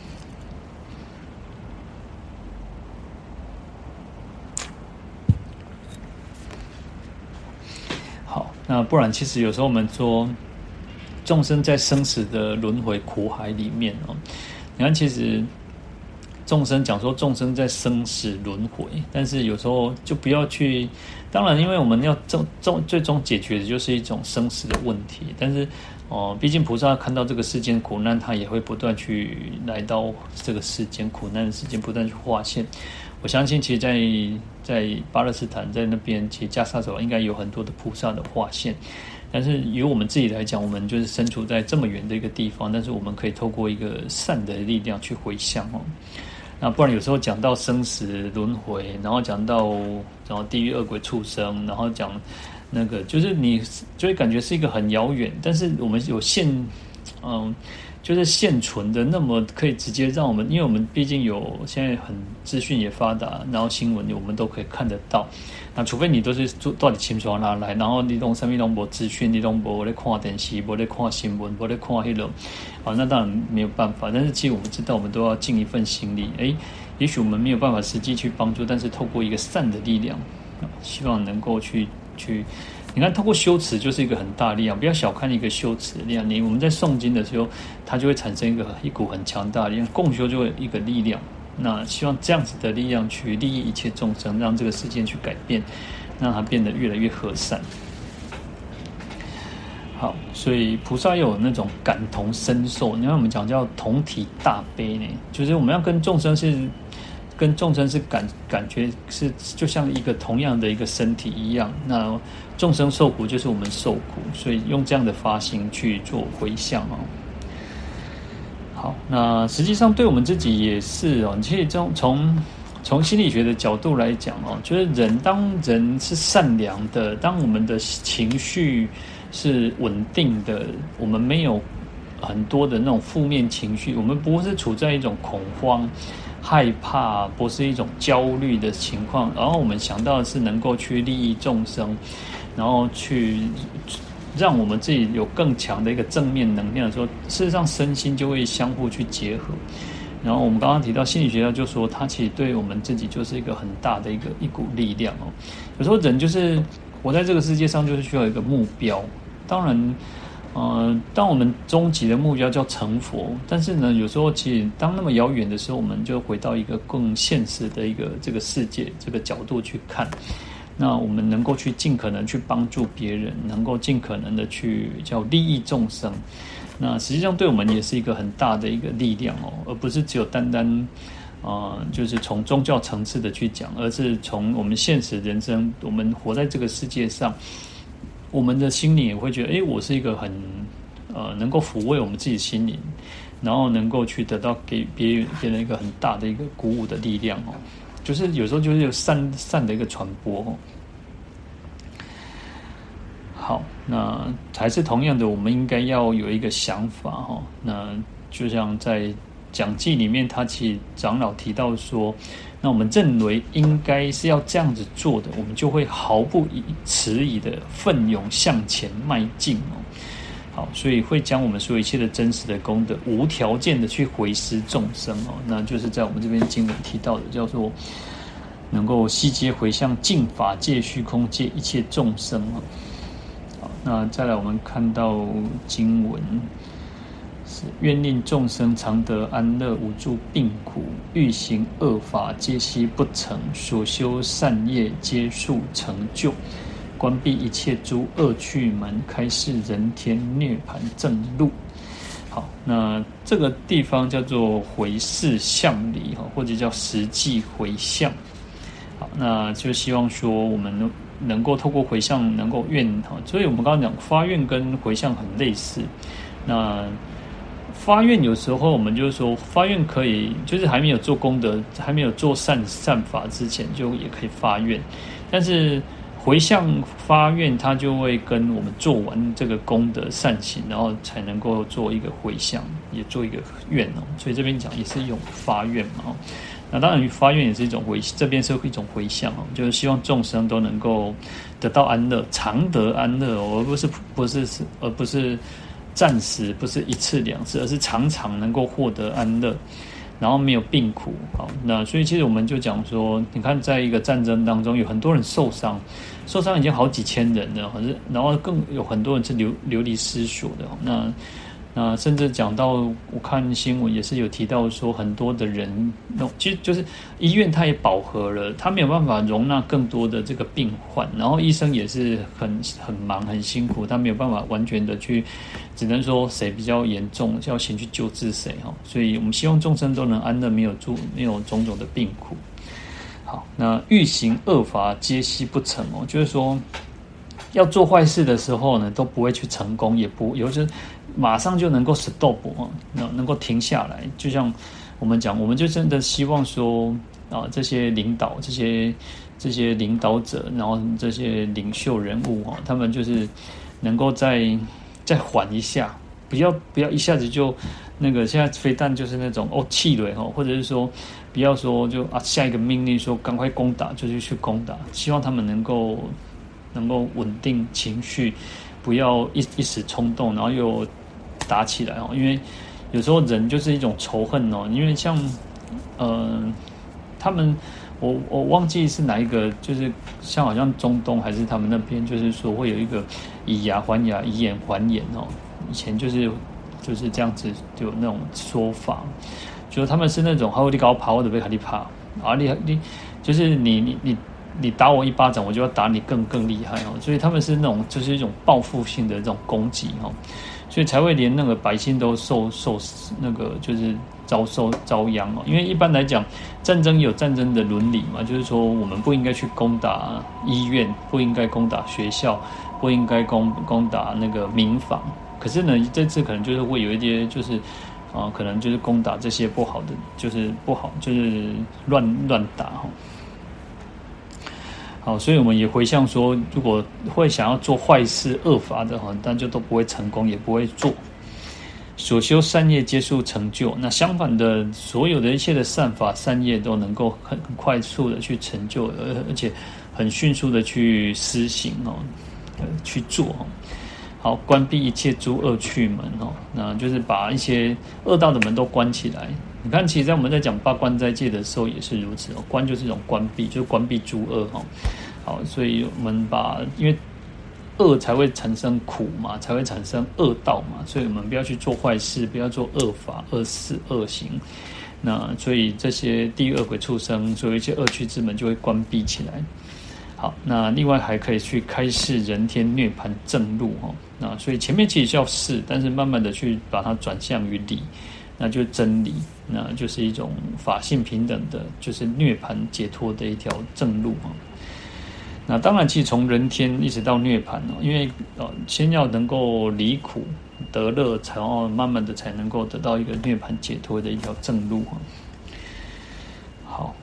好，那不然，其实有时候我们说。众生在生死的轮回苦海里面哦，你看，其实众生讲说众生在生死轮回，但是有时候就不要去。当然，因为我们要终终最终解决的就是一种生死的问题，但是哦，毕竟菩萨看到这个世间苦难，他也会不断去来到这个世间苦难的世间，不断去化现。我相信，其实在，在在巴勒斯坦在那边，其实加沙走应该有很多的菩萨的化现。但是以我们自己来讲，我们就是身处在这么远的一个地方，但是我们可以透过一个善的力量去回向哦。那不然有时候讲到生死轮回，然后讲到然后地狱恶鬼畜生，然后讲那个就是你就会感觉是一个很遥远，但是我们有现嗯。就是现存的，那么可以直接让我们，因为我们毕竟有现在很资讯也发达，然后新闻我们都可以看得到。那除非你都是到底清楚拿来，然后你懂什么都没资讯，你都没在看电视，没在看新闻，没在看那种，好，那当然没有办法。但是其实我们知道，我们都要尽一份心力。诶，也许我们没有办法实际去帮助，但是透过一个善的力量，希望能够去去。你看，透过修持就是一个很大的力量，不要小看一个修持的力量。你我们在诵经的时候，它就会产生一个一股很强大的力量，共修就会一个力量。那希望这样子的力量去利益一切众生，让这个世界去改变，让它变得越来越和善。好，所以菩萨有那种感同身受。你看我们讲叫同体大悲呢，就是我们要跟众生是。跟众生是感感觉是就像一个同样的一个身体一样，那众生受苦就是我们受苦，所以用这样的发心去做回向哦。好，那实际上对我们自己也是哦。其实从从从心理学的角度来讲哦，就是人当人是善良的，当我们的情绪是稳定的，我们没有很多的那种负面情绪，我们不是处在一种恐慌。害怕不是一种焦虑的情况，然后我们想到的是能够去利益众生，然后去让我们自己有更强的一个正面能量的时候，事实上身心就会相互去结合。然后我们刚刚提到心理学家就说，它其实对我们自己就是一个很大的一个一股力量哦。有时候人就是活在这个世界上，就是需要一个目标。当然。呃，当我们终极的目标叫成佛，但是呢，有时候其实当那么遥远的时候，我们就回到一个更现实的一个这个世界这个角度去看。那我们能够去尽可能去帮助别人，能够尽可能的去叫利益众生。那实际上对我们也是一个很大的一个力量哦，而不是只有单单呃，就是从宗教层次的去讲，而是从我们现实人生，我们活在这个世界上。我们的心灵也会觉得，哎，我是一个很呃能够抚慰我们自己的心灵，然后能够去得到给别人别人一个很大的一个鼓舞的力量哦。就是有时候就是有善善的一个传播哦。 好，那还是同样的，我们应该要有一个想法哈。那就像在讲记里面，他其实长老提到说，那我们认为应该是要这样子做的，我们就会毫不迟疑的奋勇向前迈进哦。好，所以会将我们所有一切的真实的功德，无条件的去回施众生哦。那就是在我们这边经文提到的，叫做能够悉皆回向净法界、虚空界一切众生哦。好，那再来我们看到经文是愿令众生常得安乐，无诸病苦，欲行恶法皆悉不成，所修善业皆速成就，关闭一切诸恶趣门，开示人天涅槃正路。好，那这个地方叫做回视向理，或者叫实际回向。好，那就希望说我们能够透过回向能够愿，所以我们刚刚讲发愿跟回向很类似。那发愿有时候我们就是说发愿可以，就是还没有做功德，还没有做善善法之前就也可以发愿，但是回向发愿它就会跟我们做完这个功德善行，然后才能够做一个回向，也做一个愿哦。所以这边讲也是一种发愿嘛。那当然发愿也是一种回，这边是一种回向哦，就是希望众生都能够得到安乐，常得安乐哦，而不是不是而不是暂时，不是一次两次，而是常常能够获得安乐，然后没有病苦。好，那所以其实我们就讲说，你看在一个战争当中，有很多人受伤，受伤已经好几千人了，可是然后更有很多人是流流离失所的。那那甚至讲到，我看新闻也是有提到说，很多的人，其实就是医院它也饱和了，它没有办法容纳更多的这个病患，然后医生也是很很忙很辛苦，他没有办法完全的去，只能说谁比较严重，就要先去救治谁哈。所以我们希望众生都能安乐，没有住没有种种的病苦。好，那欲行恶法皆悉不成哦，就是说要做坏事的时候呢，都不会去成功，也不有就是马上就能够 stop 哦，能能够停下来。就像我们讲，我们就真的希望说啊，这些领导、这些这些领导者，然后这些领袖人物哈，他们就是能够再再缓一下，不要不要一下子就那个现在飞弹就是那种哦气馁哈，或者是说不要说就啊下一个命令说赶快攻打就是去攻打，希望他们能够能够稳定情绪，不要一一时冲动，然后又打起来哦。因为有时候人就是一种仇恨哦，因为像呃他们我我忘记是哪一个，就是像好像中东还是他们那边，就是说会有一个以牙还牙，以眼还眼哦。以前就是就是这样子，就有那种说法，就是他们是那种，好你搞跑，我就被他你怕啊，你你就是你你你你打我一巴掌，我就要打你更更厉害哦。所以他们是那种就是一种报复性的这种攻击哦，所以才会连那个百姓都受受那个就是遭受遭殃哦。因为一般来讲，战争有战争的伦理嘛，就是说我们不应该去攻打医院，不应该攻打学校，不应该攻攻打那个民房。可是呢，这次可能就是会有一些就是啊、呃，可能就是攻打这些不好的，就是不好，就是乱乱打哈。好，所以我们也回向说，如果会想要做坏事恶法的哈，但就都不会成功，也不会做。所修善业皆速成就。那相反的，所有的一切的善法善业都能够很很快速的去成就，而而且很迅速的去施行哦，呃，去做哦。好，关闭一切诸恶趣门哦，那就是把一些恶道的门都关起来。你看，其实在我们在讲八关斋戒的时候也是如此哦，关就是一种关闭，就是关闭诸恶哦。好，所以我们把因为恶才会产生苦嘛，才会产生恶道嘛，所以我们不要去做坏事，不要做恶法、恶事、恶行。那所以这些地狱恶鬼畜生，所有一切恶趣之门就会关闭起来。好，那另外还可以去开示人天涅槃正路哦。那所以前面其实叫事，但是慢慢的去把它转向于理，那就是真理，那就是一种法性平等的，就是涅槃解脱的一条正路哦。那当然，其实从人天一直到涅槃哦，因为呃，先要能够离苦得乐，才要慢慢的才能够得到一个涅槃解脱的一条正路哦。好。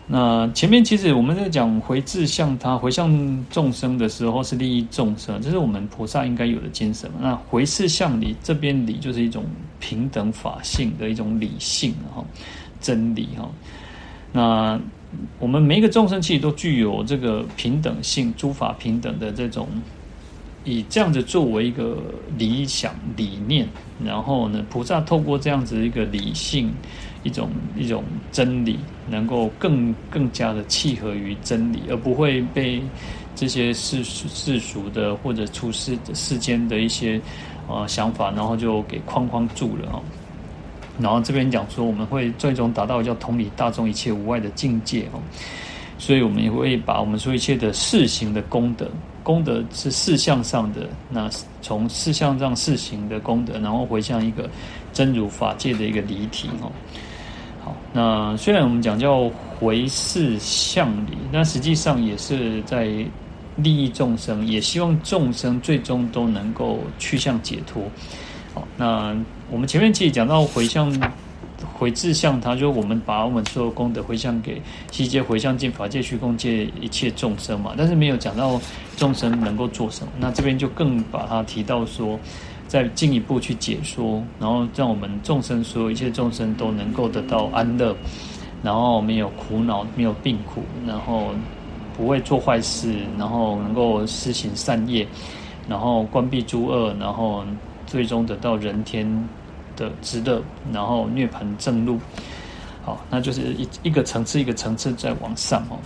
那前面其实我们在讲回志向他、回向众生的时候，是利益众生，这是我们菩萨应该有的精神。那回事向理，这边理就是一种平等法性的一种理性哈，真理哈。那我们每一个众生其实都具有这个平等性、诸法平等的这种，以这样子作为一个理想理念，然后呢，菩萨透过这样子一个理性。一种一种真理，能够更更加的契合于真理，而不会被这些世世俗的或者出世世间的一些呃想法，然后就给框框住了哦。然后这边讲说，我们会最终达到叫同理大众一切无碍的境界哦。所以我们也会把我们说一切的事行的功德，功德是事项上的，那从事项上事行的功德，然后回向一个真如法界的一个离体哦。好，那虽然我们讲叫回事向理，那实际上也是在利益众生，也希望众生最终都能够趋向解脱。好，那我们前面其实讲到回向、回志向他，就是我们把我们所有功德回向给悉皆回向尽法界虚空界一切众生嘛，但是没有讲到众生能够做什么。那这边就更把它提到说，再进一步去解说，然后让我们众生所有一切众生都能够得到安乐，然后没有苦恼，没有病苦，然后不会做坏事，然后能够施行善业，然后关闭诸恶，然后最终得到人天的之乐，然后涅槃正路。好，那就是一一个层次一个层次再往上哦。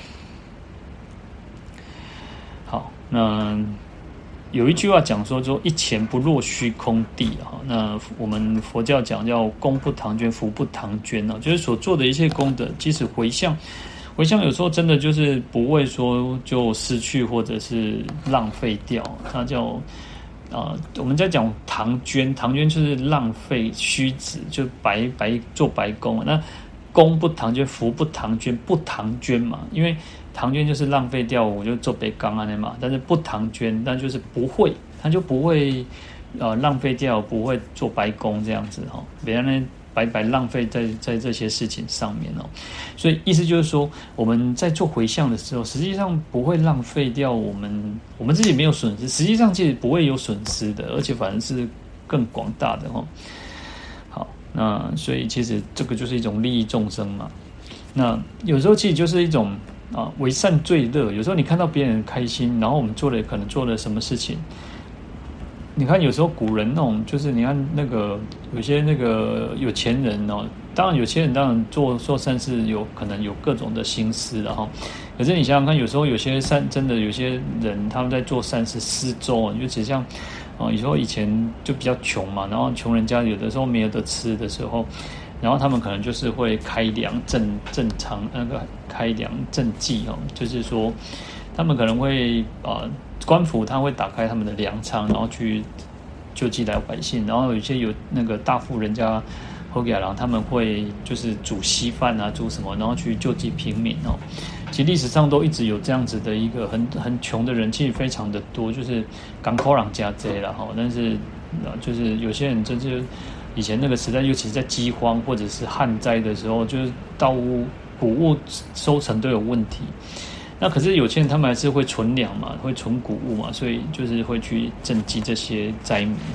好，那有一句话讲说，说一钱不落虚空地哈。那我们佛教讲叫功不唐捐，福不唐捐哦，就是所做的一切功德，即使回向，回向有时候真的就是不会说就失去或者是浪费掉，它叫啊、呃，我们在讲唐捐，唐捐就是浪费虚掷，就白白做白工。那功不唐捐，福不唐捐，不唐捐嘛，因为唐捐就是浪费掉，我就做白工啊嘛。但是不唐捐，那就是不会，他就不会呃浪费掉，不会做白工这样子哈，别人白白浪费在在这些事情上面哦。所以意思就是说，我们在做回向的时候，实际上不会浪费掉我们我们自己没有损失，实际上其实不会有损失的，而且反而是更广大的哈。好，那所以其实这个就是一种利益众生嘛。那有时候其实就是一种啊为善最乐。有时候你看到别人开心，然后我们做了可能做了什么事情。你看，有时候古人那种，就是你看那个有些那个有钱人哦，当然有钱人当然做做善事有可能有各种的心思的哈。可是你想想看，有时候有些善真的有些人他们在做善事施粥，尤其像啊，有时候以前就比较穷嘛，然后穷人家有的时候没有得吃的时候，然后他们可能就是会开粮赈赈仓，那个开粮赈济哦，就是说他们可能会啊。官府他会打开他们的粮仓，然后去救济老百姓。然后有些有那个大富人家后给郎，他们会就是煮稀饭啊，煮什么，然后去救济平民哦。其实历史上都一直有这样子的一个很很穷的人，其实非常的多，就是港口人家这了哈。但是就是有些人真是以前那个时代，尤其是在饥荒或者是旱灾的时候，就是稻物谷物收成都有问题。那可是有钱人他们还是会存粮嘛，会存谷物嘛，所以就是会去赈济这些灾民。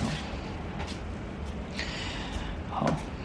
好，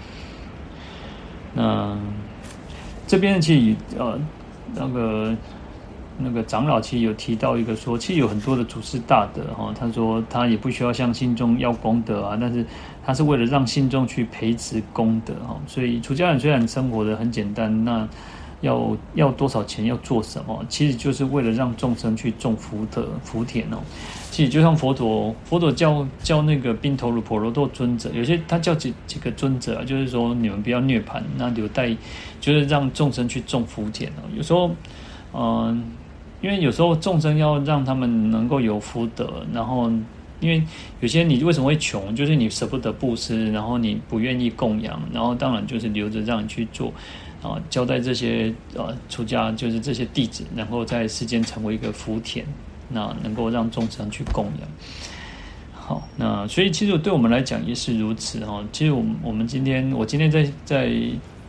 那这边其实呃那个那个长老其实有提到一个说，其实有很多的祖师大德哈，他说他也不需要向信众要功德啊，但是他是为了让信众去培植功德哈，所以出家人虽然生活的很简单，那要要多少钱，要做什么，其实就是为了让众生去种福德福田哦。其实就像佛陀，佛陀叫叫那个宾头卢婆罗多尊者，有些他叫几几个尊者啊，就是说你们不要涅槃，那留待就是让众生去种福田哦。有时候，嗯、呃，因为有时候众生要让他们能够有福德，然后因为有些你为什么会穷，就是你舍不得布施，然后你不愿意供养，然后当然就是留着让你去做。啊，交代这些呃出家，就是这些弟子，能够在世间成为一个福田，那能够让众生去供养。好，那所以其实对我们来讲也是如此哈。其实我们我们今天，我今天在在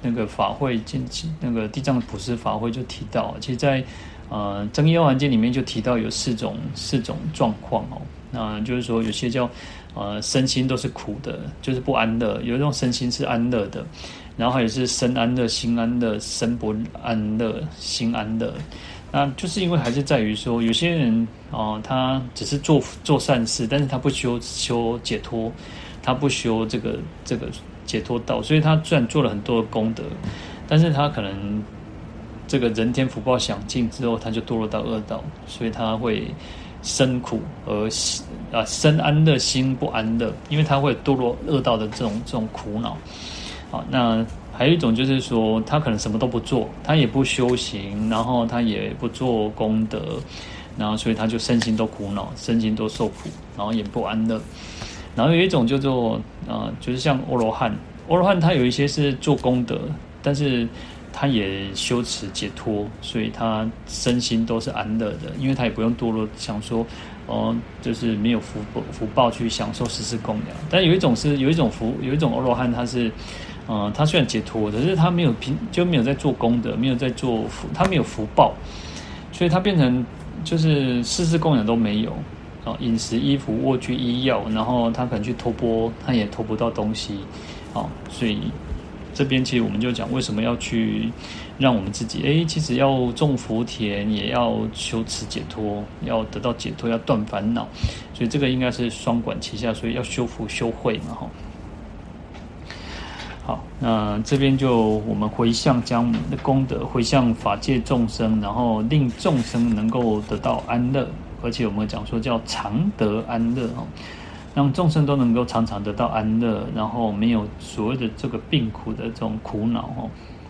那个法会进那个地藏普施法会就提到，其实在呃《增一阿含经》里面就提到有四种四种状况哦。那就是说有些叫呃身心都是苦的，就是不安乐；有一种身心是安乐的，然后还有是身安乐、心安乐、身不安乐、心安乐。那就是因为还是在于说，有些人哦、呃，他只是做做善事，但是他不修修解脱，他不修这个这个解脱道，所以他虽然做了很多的功德，但是他可能这个人天福报享尽之后，他就堕落到恶道，所以他会身苦而啊身安乐心不安乐，因为他会堕落恶道的这种这种苦恼。好，那还有一种就是说，他可能什么都不做，他也不修行，然后他也不做功德，然后所以他就身心都苦恼，身心都受苦，然后也不安乐。然后有一种叫做呃，就是像阿罗汉，阿罗汉他有一些是做功德，但是他也修持解脱，所以他身心都是安乐的，因为他也不用堕落，想说哦、呃，就是没有福福报去享受十世供养。但有一种是有一种福，有一种阿罗汉，他是呃，他虽然解脱，可是他没有平就没有在做功德，没有在做福，他没有福报，所以他变成就是十世供养都没有。哦，饮食、衣服、卧具、医药，然后他可能去托钵，他也托不到东西，哦，所以这边其实我们就讲为什么要去让我们自己，哎，其实要种福田，也要修持解脱，要得到解脱，要断烦恼，所以这个应该是双管齐下，所以要修福修慧嘛，哈。好，那这边就我们回向将我们的功德回向法界众生，然后令众生能够得到安乐。而且我们讲说叫常得安乐哦，让众生都能够常常得到安乐，然后没有所谓的这个病苦的这种苦恼哦。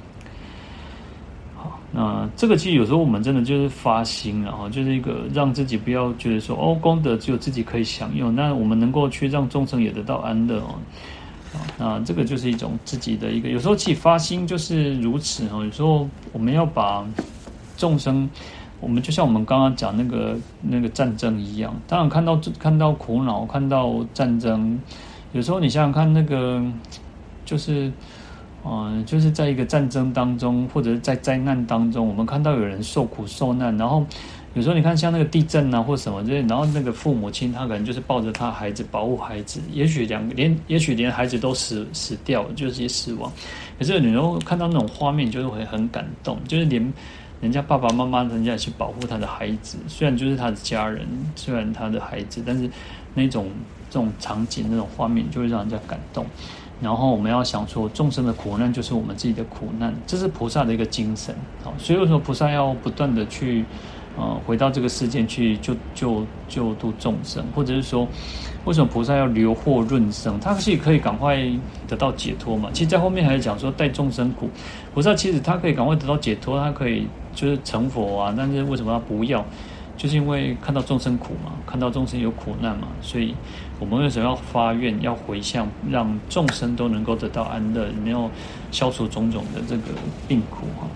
好，那这个其实有时候我们真的就是发心了哈，就是一个让自己不要觉得说哦功德只有自己可以享用，那我们能够去让众生也得到安乐哦。那这个就是一种自己的一个，有时候其实发心就是如此哦。有时候我们要把众生。我们就像我们刚刚讲那个那个战争一样，当然看到看到苦恼，看到战争，有时候你想想看，那个就是，嗯、呃，就是在一个战争当中，或者是在灾难当中，我们看到有人受苦受难，然后有时候你看像那个地震啊或什么，然后那个父母亲他可能就是抱着他孩子保护孩子，也许两连也许连孩子都死死掉了，就是也死亡，可是有时候看到那种画面，就是会很感动，就是连。人家爸爸妈妈，人家也去保护他的孩子，虽然就是他的家人，虽然他的孩子，但是那种这种场景、那种画面就会让人家感动。然后我们要想说，众生的苦难就是我们自己的苦难，这是菩萨的一个精神。好，所以为什么菩萨要不断的去呃回到这个世界去救救救度众生，或者是说，为什么菩萨要留祸润生？他其实可以赶快得到解脱嘛。其实，在后面还讲说，带众生苦，菩萨其实他可以赶快得到解脱，他可以就是成佛啊。但是为什么他不要？就是因为看到众生苦嘛，看到众生有苦难嘛，所以我们为什么要发愿，要回向，让众生都能够得到安乐，没有消除种种的这个病苦哈。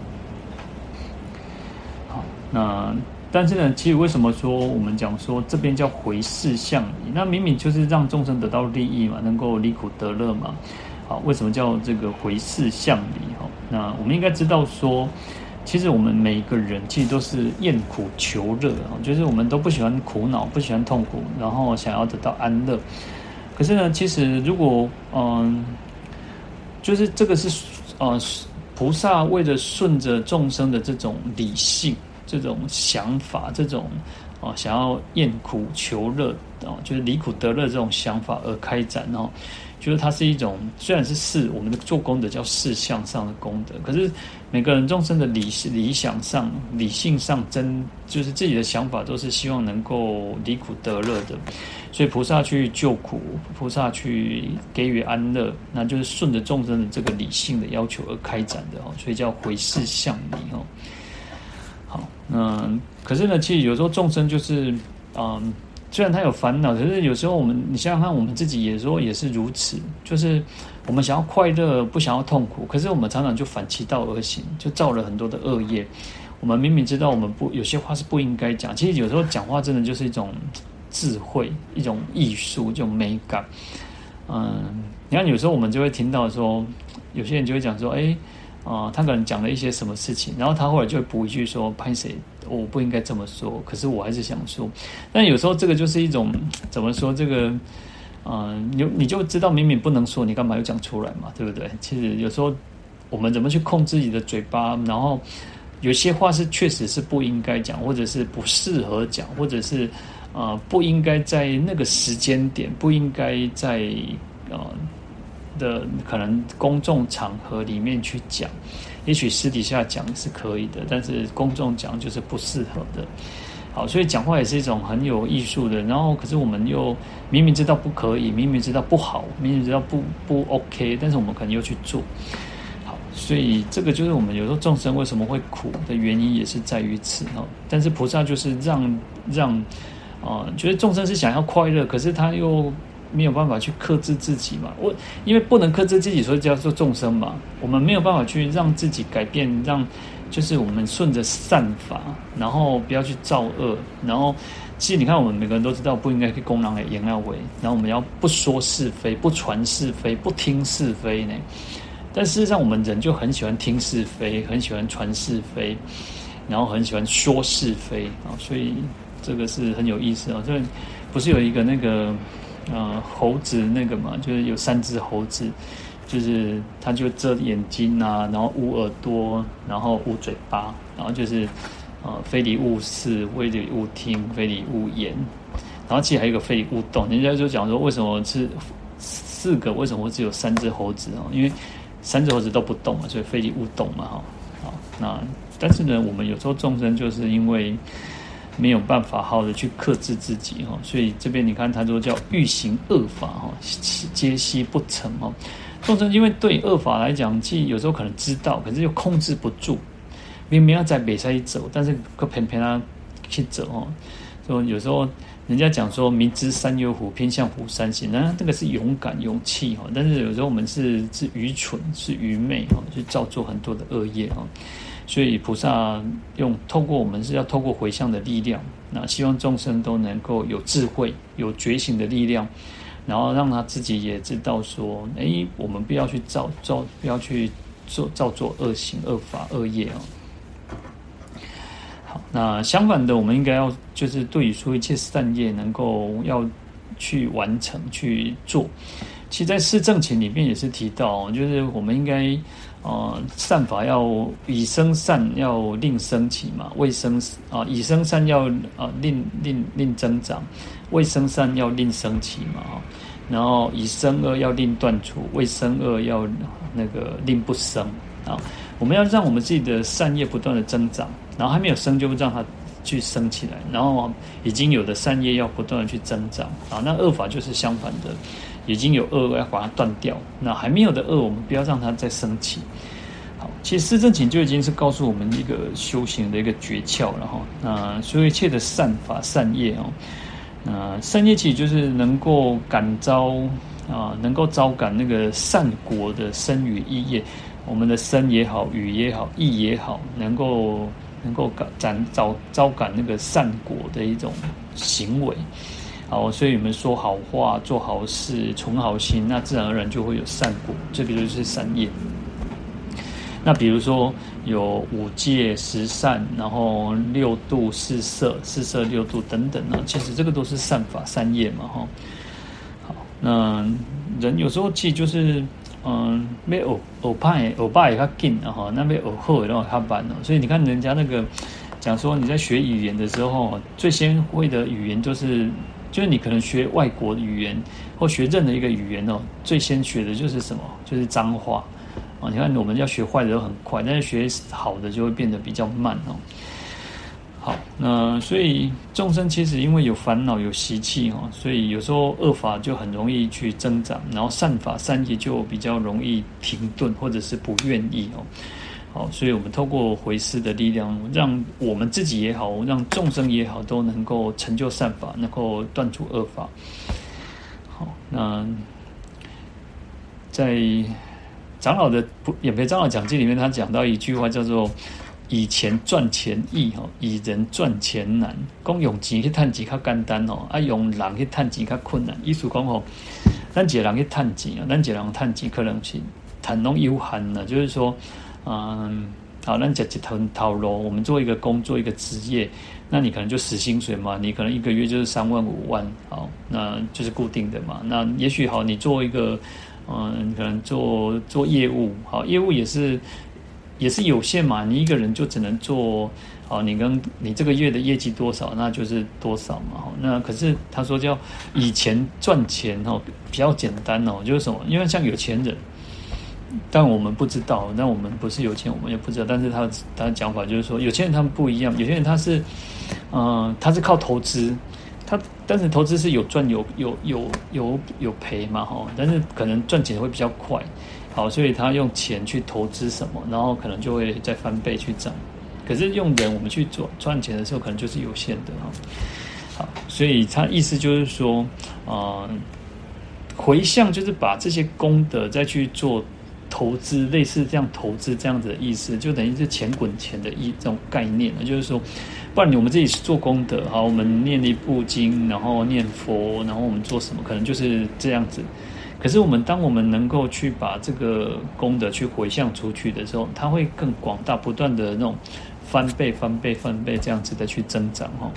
好，那。但是呢，其实为什么说我们讲说这边叫回事向理？那明明就是让众生得到利益嘛，能够离苦得乐嘛。好，为什么叫这个回事向理？哈，那我们应该知道说，其实我们每一个人其实都是厌苦求乐啊，就是我们都不喜欢苦恼，不喜欢痛苦，然后想要得到安乐。可是呢，其实如果嗯，就是这个是呃，菩萨为了顺着众生的这种理性。这种想法，这种哦想要厌苦求乐哦，就是离苦得乐这种想法而开展哦，就是它是一种虽然是事，我们的做功德叫事相上的功德，可是每个人众生的理理想上、理性上真就是自己的想法都是希望能够离苦得乐的，所以菩萨去救苦，菩萨去给予安乐，那就是顺着众生的这个理性的要求而开展的哦，所以叫回事向理哦。好，嗯，可是呢，其实有时候众生就是，嗯，虽然他有烦恼，可是有时候我们，你想想看，我们自己有时候也是如此，就是我们想要快乐，不想要痛苦，可是我们常常就反其道而行，就造了很多的恶业。我们明明知道我们不有些话是不应该讲，其实有时候讲话真的就是一种智慧，一种艺术，一种美感。嗯，你看有时候我们就会听到说， 有些人就会讲说，哎，啊、呃，他可能讲了一些什么事情，然后他后来就会补一句说，拍谁，我不应该这么说，可是我还是想说。但有时候这个就是一种怎么说，这个，呃，你你就知道明明不能说，你干嘛又讲出来嘛，对不对？其实有时候我们怎么去控制自己的嘴巴，然后有些话是确实是不应该讲，或者是不适合讲，或者是呃不应该在那个时间点，不应该在呃。的可能公众场合里面去讲，也许私底下讲是可以的，但是公众讲就是不适合的。好，所以讲话也是一种很有艺术的。然后，可是我们又明明知道不可以，明明知道不好，明明知道不不 OK， 但是我们可能又去做。好，所以这个就是我们有时候众生为什么会苦的原因，也是在于此哦。但是菩萨就是让让啊、呃，觉得众生是想要快乐，可是他又没有办法去克制自己嘛，我因为不能克制自己，所以叫做众生嘛。我们没有办法去让自己改变，让就是我们顺着善法，然后不要去造恶。然后其实你看，我们每个人都知道不应该去公狼的言要为，然后我们要不说是非，不传是非，不听是非呢。但事实上，我们人就很喜欢听是非，很喜欢传是非，然后很喜欢说是非啊。所以这个是很有意思啊。这不是有一个那个。呃，猴子那个嘛，就是有三只猴子，就是它就遮眼睛啊，然后捂耳朵，然后捂嘴巴，然后就是呃，非礼勿视，非礼勿听，非礼勿言，然后其实还有一个非礼勿动。人家就讲说，为什么是四个？为什么只有三只猴子啊？因为三只猴子都不动嘛，所以非礼勿动嘛，哈。好，那但是呢，我们有时候众生就是因为没有办法好的去克制自己哈，所以这边你看他说叫欲行恶法哈，皆悉不成哈。众生因为对恶法来讲，其实有时候可能知道，可是又控制不住，明明要在北塞走，但是可偏偏他去走哦。就有时候人家讲说明知山有虎，偏向虎山行，那这个是勇敢勇气哈，但是有时候我们是是愚蠢，是愚昧哈，去造作很多的恶业哈。所以菩萨用透过我们是要透过回向的力量，那希望众生都能够有智慧、有觉醒的力量，然后让他自己也知道说，哎，我们不要去造造，不要去做造作恶行、恶法、恶业啊。好，那相反的，我们应该要就是对于说一切善业能够要去完成、去做。其实，在四正勤里面也是提到，就是我们应该。呃，善法要以生善，要令生起嘛；未生啊、呃，以生善要啊、呃、令令令增长，未生善要令生起嘛。然后以生恶要令断除，未生恶要那个令不生啊。我们要让我们自己的善业不断的增长，然后还没有生就让它去生起来，然后已经有的善业要不断的去增长啊。那恶法就是相反的。已经有恶要把它断掉，那还没有的恶，我们不要让它再升起。好，其实四正勤就已经是告诉我们一个修行的一个诀窍了哈。那所有一切的善法善业哦，那善业其实就是能够感召啊，能够招感那个善果的身语意业，我们的身也好，语也好，意也好，能够能够感招招感那个善果的一种行为。好，所以我们说好话、做好事、存好心，那自然而然就会有善果，这个就是善业。那比如说有五戒、十善，然后六度、四摄、四摄六度等等呢，其实这个都是善法、善业嘛，哈。好，那人有时候其实就是嗯，被偶偶派偶拜也较紧啊，哈，那被偶后然后较慢哦，所以你看人家那个讲说你在学语言的时候，最先会的语言就是。就是你可能学外国的语言，或学任何一个语言哦，最先学的就是什么？就是脏话啊！你看我们要学坏的都很快，但是学好的就会变得比较慢哦。好，那所以众生其实因为有烦恼、有习气哦，所以有时候恶法就很容易去增长，然后善法、善业就比较容易停顿，或者是不愿意哦。好，所以我们透过回思的力量，让我们自己也好，让众生也好，都能够成就善法，能够断除恶法。好，那在长老的演培长老讲记里面，他讲到一句话叫做“以钱赚钱易，以人赚钱难”。讲用钱去赚钱较简单哦，啊用人去赚钱较困难。意思讲吼，咱一个人去赚钱啊，咱一个人赚钱可能是谈弄有限呢，就是说，嗯，好，那讲几头套路，我们做一个工作一个职业，那你可能就死薪水嘛，你可能一个月就是三万五万，好，那就是固定的嘛。那也许好，你做一个，嗯，可能做做业务，好，业务也是也是有限嘛，你一个人就只能做。好，你跟你这个月的业绩多少，那就是多少嘛。那可是他说叫以前赚钱哦比较简单哦，就是什么？因为像有钱人，但我们不知道，但我们不是有钱，我们也不知道。但是他他的讲法就是说，有钱人他们不一样，有些人他是，嗯、呃，他是靠投资，他但是投资是有赚有有有有有赔嘛哈，但是可能赚钱会比较快，好，所以他用钱去投资什么，然后可能就会再翻倍去涨。可是用人我们去做赚钱的时候，可能就是有限的哈。好，所以他意思就是说，呃，回向就是把这些功德再去做投资，类似这样投资这样子的意思，就等于是钱滚钱的一这种概念了。就是说，不然我们自己做功德，好，我们念一部经，然后念佛，然后我们做什么，可能就是这样子。可是我们当我们能够去把这个功德去回向出去的时候，它会更广大，不断的那种翻倍、翻倍、翻倍这样子的去增长哈。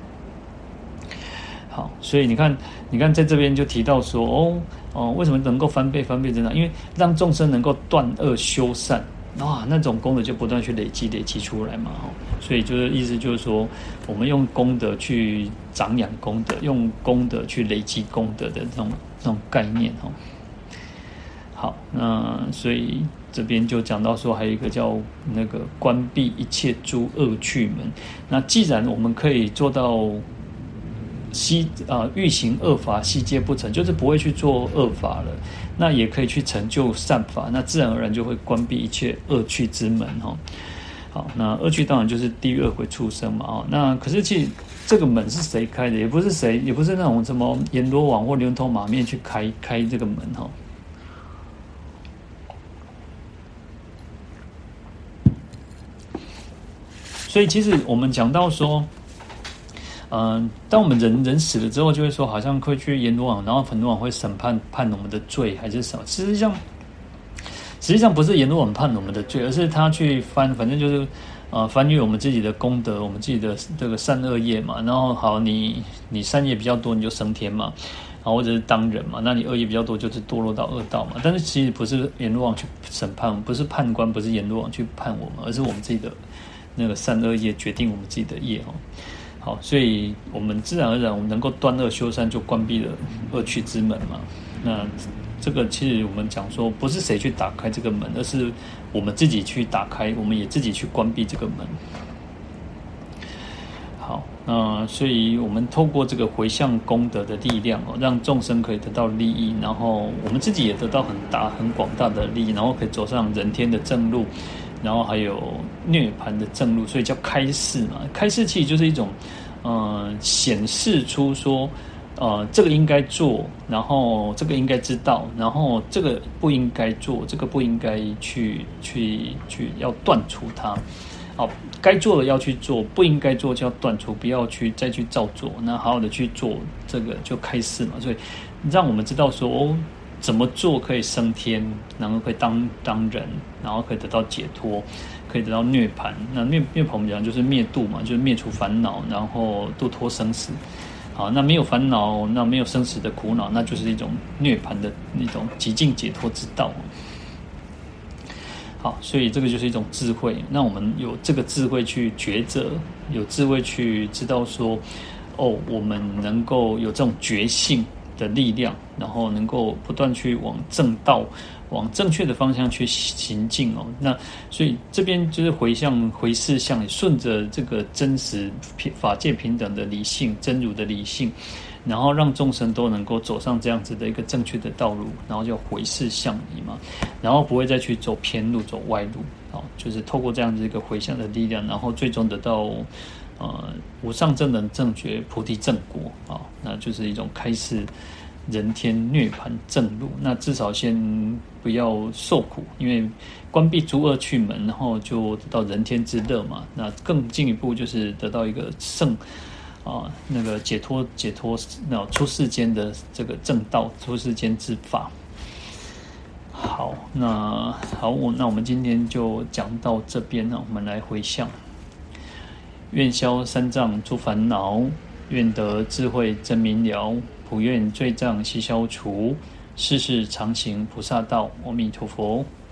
好，所以你看，你看在这边就提到说，哦哦，为什么能够翻倍、翻倍增长？因为让众生能够断恶修善，哇，那种功德就不断去累积、累积出来嘛哈。所以就是意思就是说，我们用功德去长养功德，用功德去累积功德的这种这种概念哈。好，那所以这边就讲到说，还有一个叫那个关闭一切诸恶趣门。那既然我们可以做到悉啊欲行恶法悉皆不成，就是不会去做恶法了，那也可以去成就善法，那自然而然就会关闭一切恶趣之门哈。好，那恶趣当然就是地狱恶鬼畜生嘛啊。那可是其实这个门是谁开的？也不是谁，也不是那种什么阎罗王或牛头马面去开开这个门哈。所以其实我们讲到说，嗯、呃，当我们人人死了之后，就会说好像会去阎罗王，然后阎罗王会审判判我们的罪还是什么？实际上。实际上不是阎罗王判我们的罪，而是他去翻，反正就是呃翻阅我们自己的功德，我们自己的这个善恶业嘛。然后好，你你善业比较多，你就升天嘛，然后或者是当人嘛。那你恶业比较多，就是堕落到恶道嘛。但是其实不是阎罗王去审判，不是判官，不是阎罗王去判我们，而是我们自己的那个善恶业决定我们自己的业哦。好，所以我们自然而然我们能够断恶修善，就关闭了恶趣之门嘛。那这个其实我们讲说，不是谁去打开这个门，而是我们自己去打开，我们也自己去关闭这个门。好，那所以我们透过这个回向功德的力量哦，让众生可以得到利益，然后我们自己也得到很大很广大的利益，然后可以走上人天的正路，然后还有涅槃的正路，所以叫开示嘛。开示其实就是一种呃显示出说。呃，这个应该做，然后这个应该知道，然后这个不应该做，这个不应该去去去要断除它。好，该做的要去做，不应该做就要断除，不要去再去照做。那好好的去做，这个就开示嘛。所以让我们知道说，哦，怎么做可以升天，然后可以当当人，然后可以得到解脱，可以得到涅槃。那涅涅槃我们讲就是灭度嘛，就是灭除烦恼，然后度脱生死。好，那没有烦恼，那没有生死的苦恼，那就是一种涅槃的那种极尽解脱之道。好，所以这个就是一种智慧。那我们有这个智慧去抉择，有智慧去知道说，哦，我们能够有这种觉性的力量，然后能够不断去往正道、往正确的方向去行进哦。那所以这边就是回向、回事向，顺着这个真实法界平等的理性、真如的理性，然后让众生都能够走上这样子的一个正确的道路，然后就回事向你嘛，然后不会再去走偏路、走歪路。好，就是透过这样子一个回向的力量，然后最终得到。呃，无上正等正觉菩提正果啊、哦，那就是一种开示人天涅槃正路。那至少先不要受苦，因为关闭诸恶趣门，然后就得到人天之乐嘛。那更进一步就是得到一个圣啊、呃，那个解脱解脱那出世间的这个正道，出世间之法。好。 好，那好，我那我们今天就讲到这边了。我们来回向：愿消三障诸烦恼，愿得智慧真明了，普愿罪障悉消除，世世常行菩萨道。阿弥陀佛。